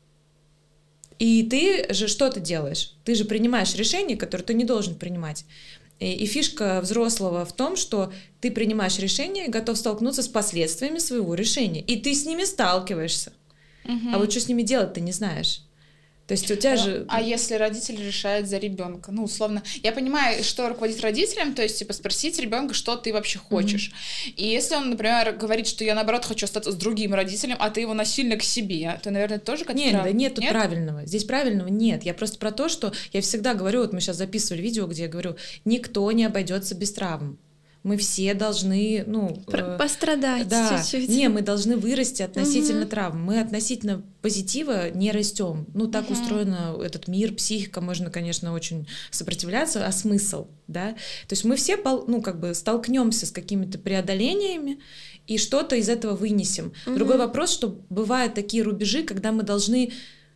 S1: И ты же что ты делаешь? Ты же принимаешь решения, которые ты не должен принимать. И фишка взрослого в том, что ты принимаешь решение и готов столкнуться с последствиями своего решения. И ты с ними сталкиваешься. А что с ними делать, ты не знаешь. То есть у тебя же...
S2: А если родитель решает за ребенка? Условно, я понимаю, что руководит родителям, то есть, спросить ребенка, что ты вообще хочешь. И если он, например, говорит, что я, наоборот, хочу остаться с другим родителем, а ты его насильно к себе, то, наверное, тоже как-то...
S1: Нет тут правильного. Здесь правильного нет. Я просто про то, что я всегда говорю, мы сейчас записывали видео, где я говорю, никто не обойдется без травм. Мы все должны,
S3: пострадать чуть-чуть.
S1: Не, мы должны вырасти относительно травм. Мы относительно позитива не растем. Так устроен этот мир, психика, можно, конечно, очень сопротивляться, а смысл, да? То есть мы все, столкнемся с какими-то преодолениями и что-то из этого вынесем. Другой вопрос, что бывают такие рубежи, когда мы должны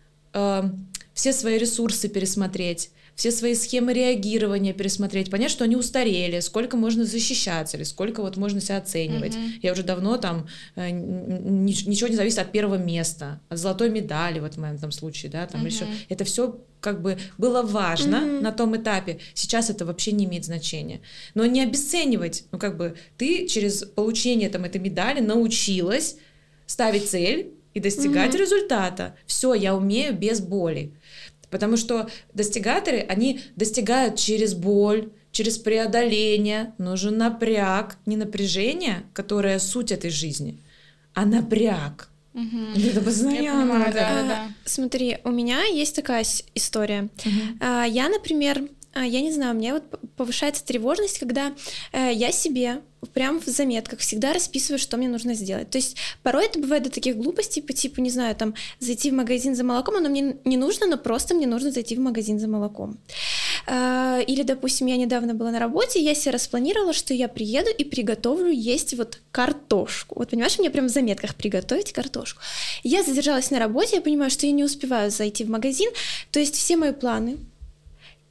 S1: все свои ресурсы пересмотреть, все свои схемы реагирования пересмотреть, понять, что они устарели, сколько можно защищаться или сколько можно себя оценивать. Я уже давно ничего не зависит от первого места, от золотой медали в моем случае, да, или еще. Это все было важно на том этапе, сейчас это вообще не имеет значения. Но не обесценивать, ты через получение этой медали научилась ставить цель и достигать результата. Все, я умею без боли. Потому что достигаторы, они достигают через боль, через преодоление. Нужен напряг, не напряжение, которое суть этой жизни, а напряг. Это постоянно.
S3: Да. Смотри, у меня есть такая история. Я, например, я не знаю, у меня повышается тревожность, когда я себе прям в заметках всегда расписываю, что мне нужно сделать. То есть порой это бывает до таких глупостей, по типу, не знаю, зайти в магазин за молоком, оно мне не нужно, но просто мне нужно зайти в магазин за молоком. Или, допустим, я недавно была на работе, я себе распланировала, что я приеду и приготовлю есть картошку. Понимаешь, мне прям в заметках приготовить картошку. Я задержалась на работе, я понимаю, что я не успеваю зайти в магазин, то есть все мои планы. И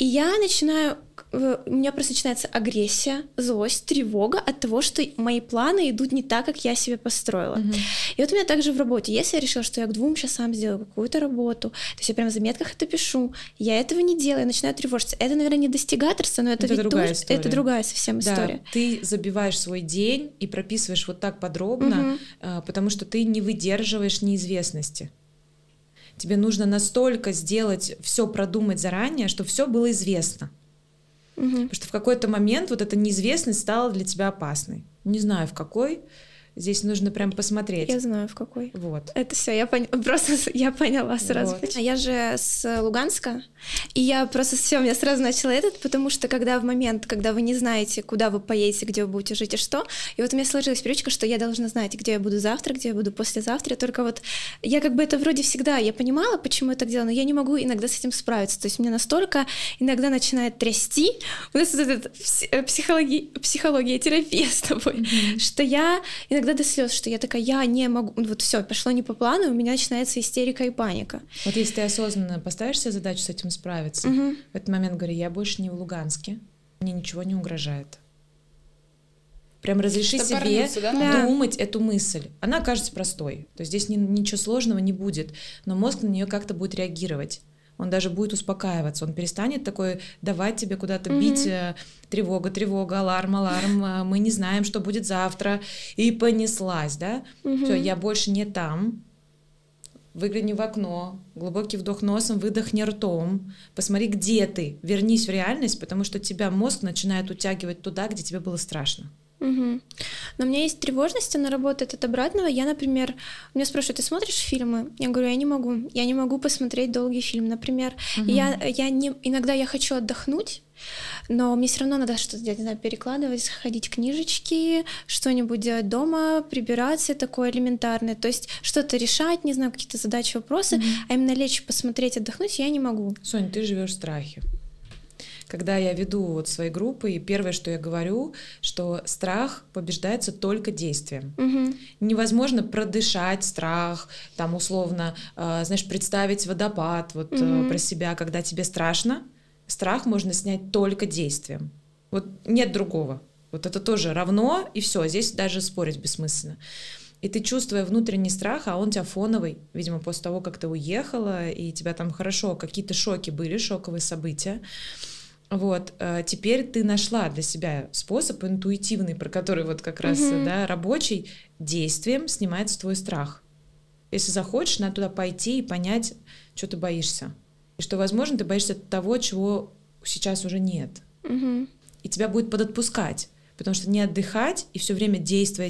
S3: у меня просто начинается агрессия, злость, тревога от того, что мои планы идут не так, как я себе построила. И у меня также в работе, если я решила, что я к 2 часам сделаю какую-то работу, то есть я прям в заметках это пишу, я этого не делаю, я начинаю тревожиться. Это, наверное, не достигаторство, но это ведь
S1: другая
S3: тоже, это другая совсем история.
S1: Да, ты забиваешь свой день и прописываешь так подробно, потому что ты не выдерживаешь неизвестности. Тебе нужно настолько все продумать заранее, чтобы все было известно. Потому что в какой-то момент эта неизвестность стала для тебя опасной. Не знаю, в какой. Здесь нужно прям посмотреть.
S3: Я знаю, в какой.
S1: Вот.
S3: Это все, я поняла сразу. Я же с Луганска, и я просто у меня сразу начала потому что в момент, когда вы не знаете, куда вы поедете, где вы будете жить и что, и у меня сложилась привычка, что я должна знать, где я буду завтра, где я буду послезавтра, только я это вроде всегда, я понимала, почему я так делаю, но я не могу иногда с этим справиться, то есть меня настолько иногда начинает трясти, у нас психология, терапия с тобой, что я иногда до слез, что я такая, я не могу, все, пошло не по плану, у меня начинается истерика и паника.
S1: Если ты осознанно поставишь себе задачу с этим справиться, в этот момент говори, я больше не в Луганске, мне ничего не угрожает. Прям разреши себе думать эту мысль. Она кажется простой, то есть здесь ничего сложного не будет, но мозг на нее как-то будет реагировать. Он даже будет успокаиваться, он перестанет давать тебе куда-то бить тревога, аларм, мы не знаем, что будет завтра, и понеслась, да? Все, я больше не там. Выгляни в окно, глубокий вдох носом, выдохни ртом, посмотри, где ты, вернись в реальность, потому что тебя мозг начинает утягивать туда, где тебе было страшно.
S3: Но у меня есть тревожность, она работает от обратного. Я, например, меня спрашивают, ты смотришь фильмы? Я говорю, я не могу посмотреть долгий фильм, например. Иногда я хочу отдохнуть, но мне все равно надо что-то делать, не знаю, перекладывать, ходить книжечки, что-нибудь делать дома, прибираться, такое элементарное, то есть что-то решать, не знаю, какие-то задачи, вопросы, а именно лечь, посмотреть, отдохнуть я не могу.
S1: Соня, ты живешь в страхе. Когда я веду свои группы, и первое, что я говорю, что страх побеждается только действием. Невозможно продышать страх, условно, представить водопад про себя, когда тебе страшно. Страх можно снять только действием. Нет другого. Это тоже равно, и все. Здесь даже спорить бессмысленно. И ты, чувствуя внутренний страх, а он у тебя фоновый, видимо, после того, как ты уехала, и тебя там хорошо, какие-то шоки были, шоковые события. Теперь ты нашла для себя способ интуитивный, про который как раз рабочий, действием снимается твой страх. Если захочешь, надо туда пойти и понять, что ты боишься. И что, возможно, ты боишься того, чего сейчас уже нет. И тебя будет подотпускать. Потому что не отдыхать и все время действие,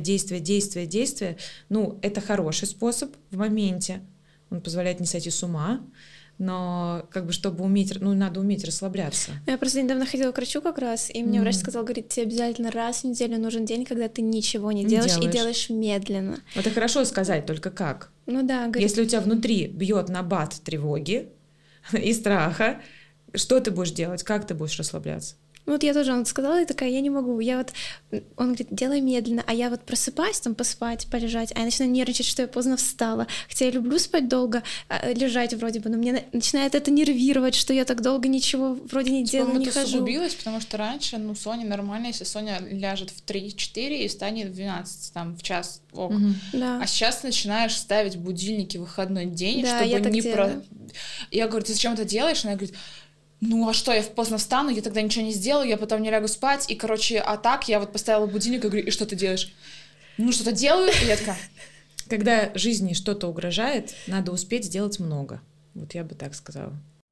S1: это хороший способ в моменте. Он позволяет не сойти с ума. но как бы чтобы уметь, надо уметь расслабляться.
S3: Я просто недавно ходила к врачу как раз, и мне врач сказал, говорит, тебе обязательно раз в неделю нужен день, когда ты ничего не делаешь и делаешь медленно.
S1: Это хорошо сказать, только как?
S3: Ну да, говорит...
S1: Если у тебя внутри бьет набат тревоги и страха, что ты будешь делать? Как ты будешь расслабляться?
S3: Вот я тоже, он сказала, и такая, я не могу. Он говорит, делай медленно, а я вот просыпаюсь, там, поспать, полежать, а я начинаю нервничать, что я поздно встала. Хотя я люблю спать долго, лежать вроде бы, но мне начинает это нервировать, что я так долго ничего вроде не делаю, не хожу.
S2: Это усугубилось, потому что раньше, Соня нормально, если Соня ляжет в 3-4 и станет в 12, там, в час, ок.
S3: Да.
S2: А сейчас начинаешь ставить будильники в выходной день,
S3: да,
S2: чтобы
S3: я так
S2: не
S3: делаю.
S2: Я говорю, ты зачем это делаешь? Она говорит, а что, я поздно встану, я тогда ничего не сделаю, я потом не лягу спать, и, а так я вот поставила будильник и говорю, и что ты делаешь? Что-то делаю, и я такая...
S1: Когда жизни что-то угрожает, надо успеть сделать много. Вот я бы так сказала.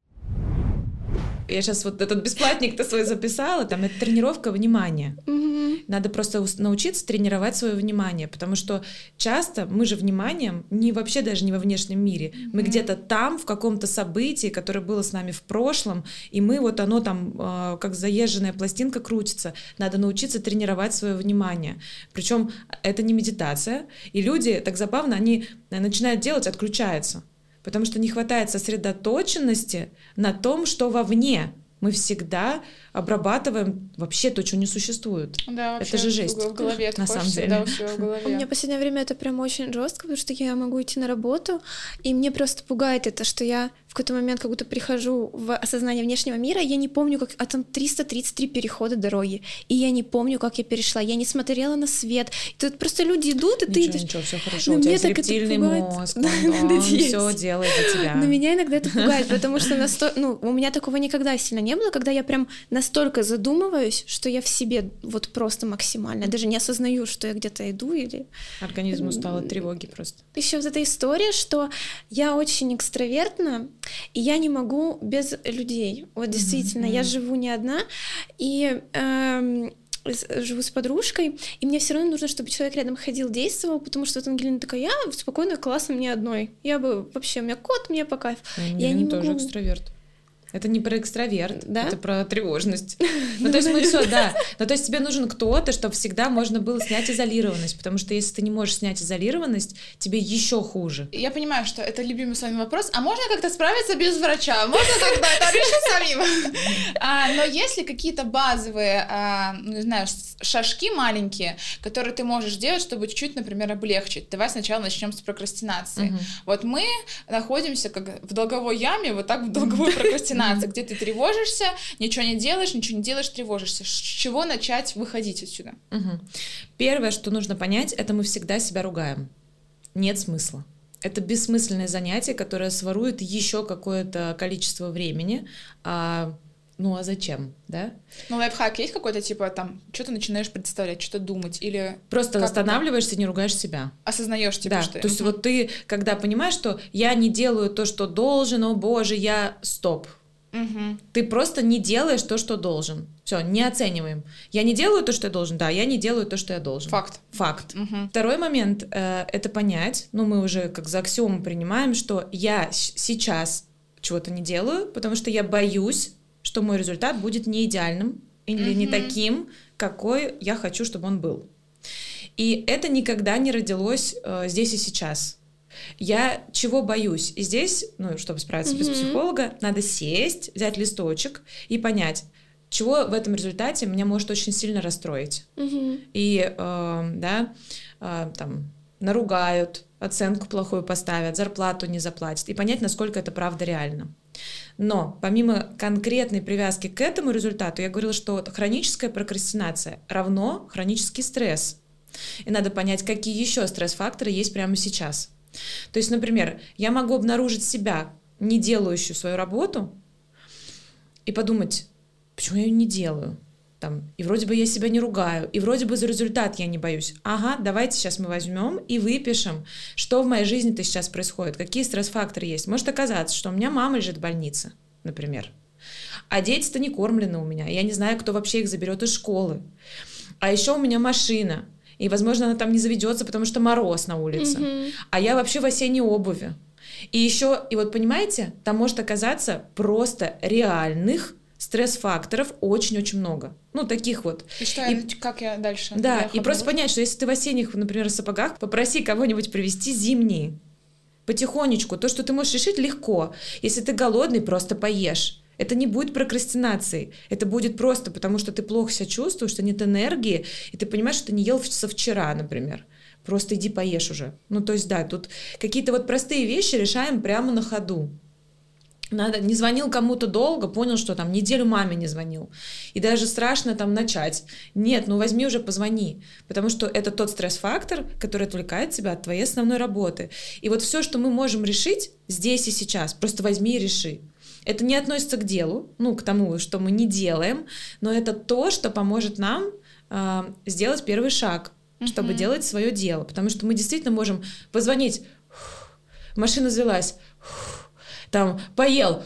S1: Я сейчас вот этот бесплатник-то свой записала, там это тренировка внимания. Надо просто научиться тренировать свое внимание, потому что часто мы же вниманием вообще даже не во внешнем мире, мы где-то там, в каком-то событии, которое было с нами в прошлом, и оно там как заезженная пластинка крутится. Надо научиться тренировать свое внимание. Причем это не медитация, и люди, так забавно, они начинают делать, отключаются. Потому что не хватает сосредоточенности на том, что вовне. Мы всегда обрабатываем вообще то, что не существует.
S2: Да,
S1: это же жесть.
S2: В голове
S1: на самом деле.
S2: В голове.
S3: У меня в последнее время это прям очень жестко, потому что я могу идти на работу, и мне просто пугает это, что я в какой-то момент как будто прихожу в осознание внешнего мира, я не помню, там 333 перехода дороги, и я не помню, как я перешла, я не смотрела на свет. И тут просто люди идут, и ты идешь.
S1: Ничего, все хорошо, у тебя есть рептильный мозг, он все делает за тебя.
S3: Но меня иногда это пугает, потому что у меня такого никогда сильно не было, когда я прям настолько задумываюсь, что я в себе вот просто максимально, даже не осознаю, что я где-то иду или...
S1: Организму стало тревоги просто.
S3: Еще вот эта история, что я очень экстравертна, и я не могу без людей. Вот действительно, я живу не одна, и живу с подружкой, и мне все равно нужно, чтобы человек рядом ходил, действовал, потому что вот Ангелина такая, я спокойно, классно мне одной. Я бы вообще, у меня кот, мне по кайфу.
S1: Я не тоже могу... экстраверт. Это не про экстраверт,
S3: да?
S1: Это про тревожность. То есть мы все, да. То есть тебе нужен кто-то, чтобы всегда можно было снять изолированность, потому что если ты не можешь снять изолированность, тебе еще хуже.
S2: Я понимаю, что это любимый с вами вопрос. А можно как-то справиться без врача? Можно тогда это решить самим? Но есть ли какие-то базовые, не знаю, шажки маленькие, которые ты можешь делать, чтобы чуть-чуть, например, облегчить? Давай сначала начнем с прокрастинации. Вот мы находимся как в долговой яме, вот так в долговой прокрастинации, где ты тревожишься, ничего не делаешь, тревожишься. С чего начать выходить отсюда?
S1: Первое, что нужно понять, это мы всегда себя ругаем. Нет смысла. Это бессмысленное занятие, которое сворует еще какое-то количество времени. А зачем, да?
S2: Лайфхак есть какой-то, типа, там, что ты начинаешь представлять, что-то думать, или...
S1: Просто останавливаешься и не ругаешь себя.
S2: Осознаешь, типа,
S1: да,
S2: что...
S1: То есть вот ты, когда понимаешь, что я не делаю то, что должен, о боже, стоп. Ты просто не делаешь то, что должен. Все, не оцениваем. Я не делаю то, что я должен. Да, я не делаю то, что я должен. Факт. Второй момент это понять. Мы уже как за аксиому принимаем, что я сейчас чего-то не делаю, потому что я боюсь, что мой результат будет не идеальным или не таким, какой я хочу, чтобы он был. И это никогда не родилось здесь и сейчас. Я чего боюсь? И здесь, чтобы справиться без психолога, надо сесть, взять листочек и понять, чего в этом результате меня может очень сильно расстроить. И, там, наругают, оценку плохую поставят, зарплату не заплатят. И понять, насколько это правда реально. Но помимо конкретной привязки к этому результату, я говорила, что хроническая прокрастинация равно хронический стресс. И надо понять, какие еще стресс-факторы есть прямо сейчас. То есть, например, я могу обнаружить себя, не делающую свою работу, и подумать, почему я ее не делаю? И вроде бы я себя не ругаю, и вроде бы за результат я не боюсь. Ага, давайте сейчас мы возьмем и выпишем, что в моей жизни-то сейчас происходит, какие стресс-факторы есть. Может оказаться, что у меня мама лежит в больнице, например, а дети-то не кормлены у меня, я не знаю, кто вообще их заберет из школы. А еще у меня машина, и, возможно, она там не заведется, потому что мороз на улице. А я вообще в осенней обуви. И еще, и вот понимаете, там может оказаться просто реальных стресс-факторов очень-очень много. Ну, таких вот.
S2: И что, как я дальше?
S1: Да, и просто понять, что если ты в осенних, например, сапогах, попроси кого-нибудь привезти зимние. Потихонечку. То, что ты можешь решить, легко. Если ты голодный, просто поешь. Это не будет прокрастинацией. Это будет просто потому, что ты плохо себя чувствуешь, что нет энергии, и ты понимаешь, что ты не ел со вчера, например. Просто иди поешь уже. Ну, то есть, да, тут какие-то вот простые вещи решаем прямо на ходу. Не звонил кому-то долго, понял, что там неделю маме не звонил. И даже страшно там начать. Нет, ну возьми уже, позвони. Потому что это тот стресс-фактор, который отвлекает тебя от твоей основной работы. И вот все, что мы можем решить здесь и сейчас, просто возьми и реши. Это не относится к делу, ну, к тому, что мы не делаем, но это то, что поможет нам сделать первый шаг, чтобы делать свое дело. Потому что мы действительно можем позвонить, машина завелась, там, поел,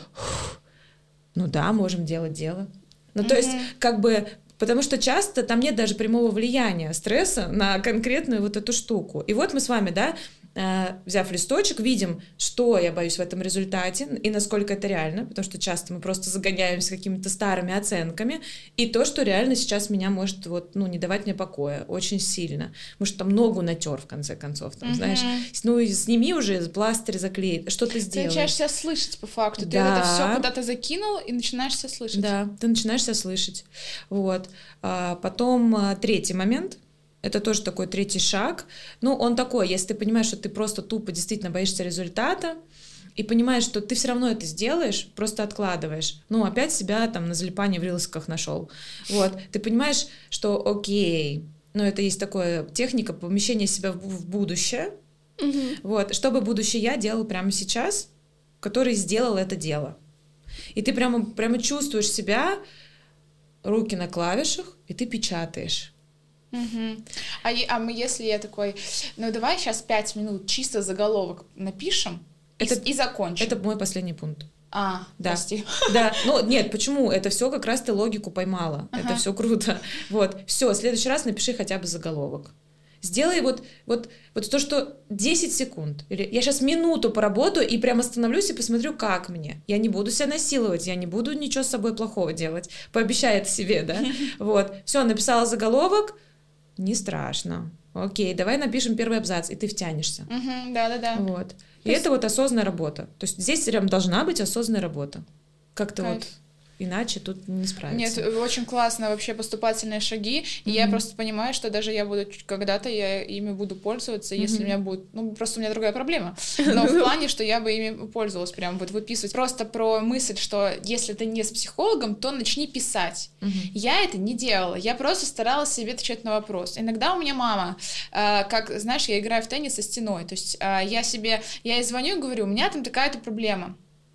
S1: ну да, можем делать дело. Ну, то есть, как бы, потому что часто там нет даже прямого влияния стресса на конкретную вот эту штуку. И вот мы с вами, да, взяв листочек, видим, что я боюсь в этом результате и насколько это реально, потому что часто мы просто загоняемся какими-то старыми оценками, и то, что реально сейчас меня может вот, ну, не давать мне покоя очень сильно. Может, там ногу натер, в конце концов, там, знаешь, ну, сними уже, пластырь заклеит, что ты сделаешь.
S2: Ты начинаешь себя слышать по факту,
S1: да.
S2: Ты это все куда-то закинул и начинаешь себя слышать.
S1: Да, ты начинаешь себя слышать. Вот. Потом третий момент. Это тоже такой третий шаг. Ну, он такой, если ты понимаешь, что ты просто тупо действительно боишься результата, и понимаешь, что ты все равно это сделаешь, просто откладываешь. Ну, опять себя там на залипании в рилсиках нашел. Вот. Ты понимаешь, что окей, ну, это есть такая техника помещения себя в будущее. Вот. Чтобы будущее я делал прямо сейчас, который сделал это дело. И ты прямо чувствуешь себя, руки на клавишах, и ты печатаешь.
S2: А если я такой, ну давай сейчас 5 минут чисто заголовок напишем и закончим.
S1: Это мой последний пункт.
S2: Да. Прости.
S1: Да, ну нет, почему? Это все как раз ты логику поймала. Это все круто. Вот, все, в следующий раз напиши хотя бы заголовок. Сделай вот то, что 10 секунд. Или я сейчас минуту поработаю и прям остановлюсь и посмотрю, как мне. Я не буду себя насиловать, я не буду ничего с собой плохого делать. Пообещай это себе, да? Вот. Все, написала заголовок, не страшно. Окей, давай напишем первый абзац, и ты втянешься.
S2: Да.
S1: Вот. И это вот осознанная работа. То есть здесь прям должна быть осознанная работа. Как-то вот иначе тут не справиться.
S2: Нет, очень классно вообще поступательные шаги, и я просто понимаю, что даже я буду когда-то я ими буду пользоваться, если у меня будет, ну просто у меня другая проблема, но в плане, что я бы ими пользовалась, прям вот выписывать. Просто про мысль, что если ты не с психологом, то начни писать. Я это не делала, я просто старалась себе отвечать на вопрос. Иногда у меня мама, как, знаешь, я играю в теннис со стеной, то есть я ей звоню и говорю, у меня там такая-то проблема.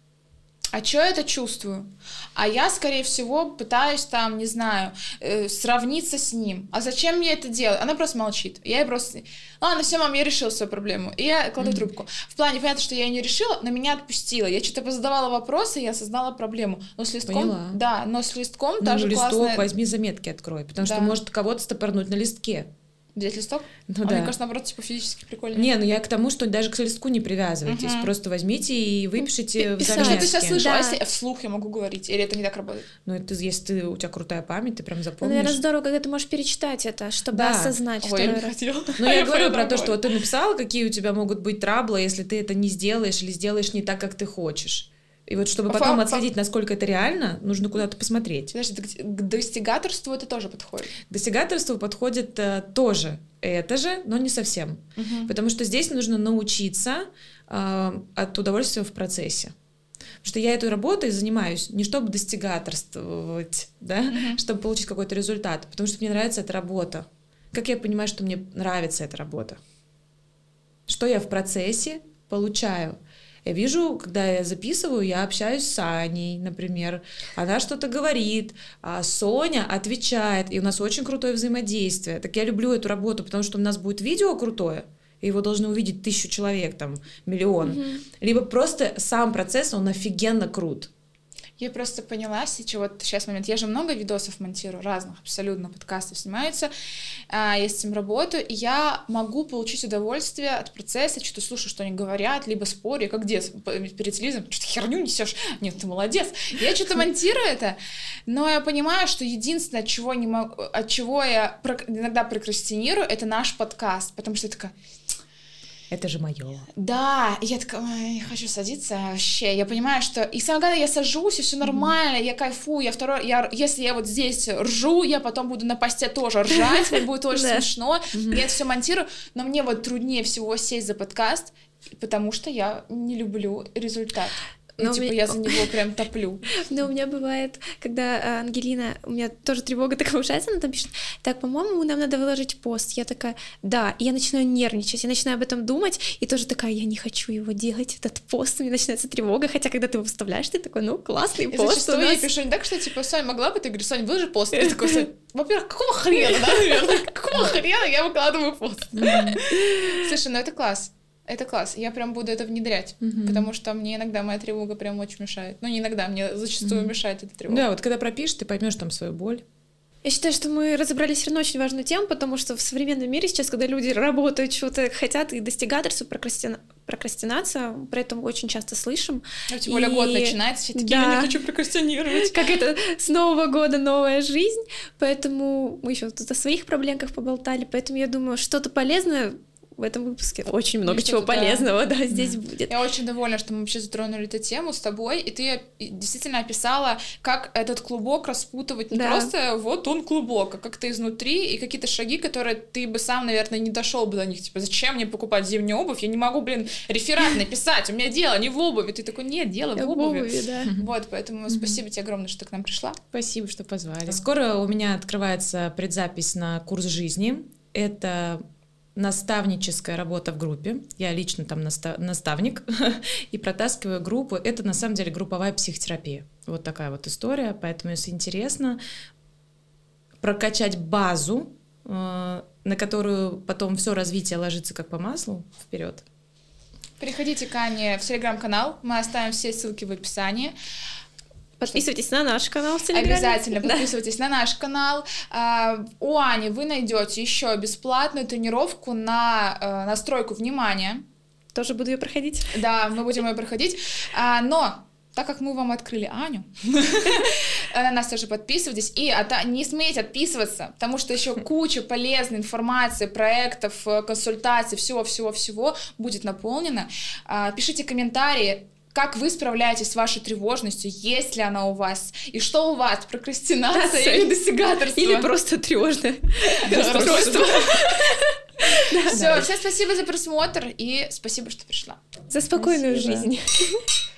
S2: А что я это чувствую? А я, скорее всего, пытаюсь там, не знаю, сравниться с ним. А зачем мне это делать? Она просто молчит. Я ей просто... Ладно, все, мам, я решила свою проблему. И я кладу трубку. В плане, понятно, что я ее не решила, но меня отпустила. Я что-то позадавала вопросы, и я осознала проблему. Но с листком...
S1: Поняла.
S2: Да, но с листком даже
S1: листок
S2: классная...
S1: возьми, заметки открой, потому что может кого-то стопорнуть на листке.
S2: Взять листок?
S1: Ну,
S2: мне кажется, наоборот, типа физически прикольно.
S1: Не, ну я к тому, что даже к листку не привязывайтесь. Просто возьмите и выпишите в заметки.
S2: Что ты сейчас слышишь? А если вслух я могу говорить? Или это не так работает?
S1: Ну, это если у тебя крутая память, ты прям запомнишь.
S3: Наверное, здорово, когда ты можешь перечитать это, чтобы осознать второй раз.
S1: Ну, я говорю про то, что вот ты написал, какие у тебя могут быть траблы, если ты это не сделаешь или сделаешь не так, как ты хочешь. И вот чтобы потом отследить, насколько это реально, нужно куда-то посмотреть.
S2: Подожди, к достигаторству это тоже подходит?
S1: К достигаторству подходит тоже это же, но не совсем. Потому что здесь нужно научиться от удовольствия в процессе. Потому что я этой работой занимаюсь не чтобы достигаторствовать, да, чтобы получить какой-то результат, потому что мне нравится эта работа. Как я понимаю, что мне нравится эта работа? Что я в процессе получаю? Я вижу, когда я записываю, я общаюсь с Аней, например, она что-то говорит, а Соня отвечает, и у нас очень крутое взаимодействие. Так я люблю эту работу, потому что у нас будет видео крутое, и его должны увидеть 1000 человек, там, 1 000 000. Либо просто сам процесс, он офигенно крут.
S2: Я просто поняла сейчас момент. Я же много видосов монтирую, разных абсолютно, подкастов снимаются. Я с этим работаю, и я могу получить удовольствие от процесса, что-то слушаю, что они говорят, либо спорю, как дед перед телевизором, что-то херню несешь. Нет, ты молодец. Я что-то монтирую это, но я понимаю, что единственное, от чего я иногда прокрастинирую, это наш подкаст, потому что я такая...
S1: Это же моё.
S2: Да, и я такая, не хочу садиться вообще. Я понимаю, что... И самое главное, я сажусь, и все нормально, я кайфую. Если я вот здесь ржу, я потом буду на посте тоже ржать, мне будет очень смешно. Я это все монтирую, но мне вот труднее всего сесть за подкаст, потому что я не люблю результат. Я за него прям топлю.
S3: Но у меня бывает, когда Ангелина, у меня тоже тревога такая ужасная, она там пишет, так, по-моему, нам надо выложить пост. Я такая, да, и я начинаю нервничать, я начинаю об этом думать, и тоже такая, я не хочу его делать, этот пост, у меня начинается тревога, хотя когда ты его вставляешь, ты такой, классный пост.
S2: И зачастую я пишу не так, что, Соня, могла бы ты, говорю, Соня, выложи пост. Я такой, Соня, во-первых, какого хрена, да, наверное, какого хрена я выкладываю пост? Слушай, это класс. Это класс, я прям буду это внедрять, потому что мне иногда моя тревога прям очень мешает. Не иногда, мне зачастую мешает эта тревога.
S1: Да, вот когда пропишешь, ты поймешь там свою боль.
S3: Я считаю, что мы разобрали все равно очень важную тему, потому что в современном мире сейчас, когда люди работают, что-то хотят и достигаторство, прокрастинация, про это мы очень часто слышим.
S2: Тем более год начинается, все такие, я не хочу прокрастинировать.
S3: Как это, с Нового года новая жизнь, поэтому мы еще тут о своих проблемках поболтали, поэтому я думаю, что-то полезное в этом выпуске. Очень много чего полезного, здесь будет.
S2: Я очень довольна, что мы вообще затронули эту тему с тобой, и ты действительно описала, как этот клубок распутывать, не просто вот он клубок, а как-то изнутри, и какие-то шаги, которые ты бы сам, наверное, не дошел бы до них, зачем мне покупать зимнюю обувь, я не могу, реферат написать, у меня дело не в обуви, ты такой, нет, дело в обуви.
S3: Да.
S2: Вот, поэтому спасибо тебе огромное, что ты к нам пришла.
S1: Спасибо, что позвали. Скоро у меня открывается предзапись на курс жизни, это наставническая работа в группе. Я лично там наставник и протаскиваю группу. Это на самом деле групповая психотерапия. Вот такая вот история. Поэтому, если интересно, прокачать базу, на которую потом все развитие ложится как по маслу, вперед.
S2: Переходите к Ане в телеграм-канал. Мы оставим все ссылки в описании.
S3: Подписывайтесь на наш канал в Телеграме.
S2: Обязательно подписывайтесь на наш канал. У Ани вы найдете еще бесплатную тренировку на настройку внимания.
S3: Тоже буду ее проходить.
S2: Да, мы будем ее проходить. Но так как мы вам открыли Аню, на нас тоже подписывайтесь. И не смейте отписываться, потому что еще куча полезной информации, проектов, консультаций, всего-всего-всего будет наполнено. Пишите комментарии, как вы справляетесь с вашей тревожностью, есть ли она у вас, и что у вас, прокрастинация или достигаторство.
S3: Или просто тревожное расстройство.
S2: Все, всем спасибо за просмотр, и спасибо, что пришла.
S3: За спокойную жизнь.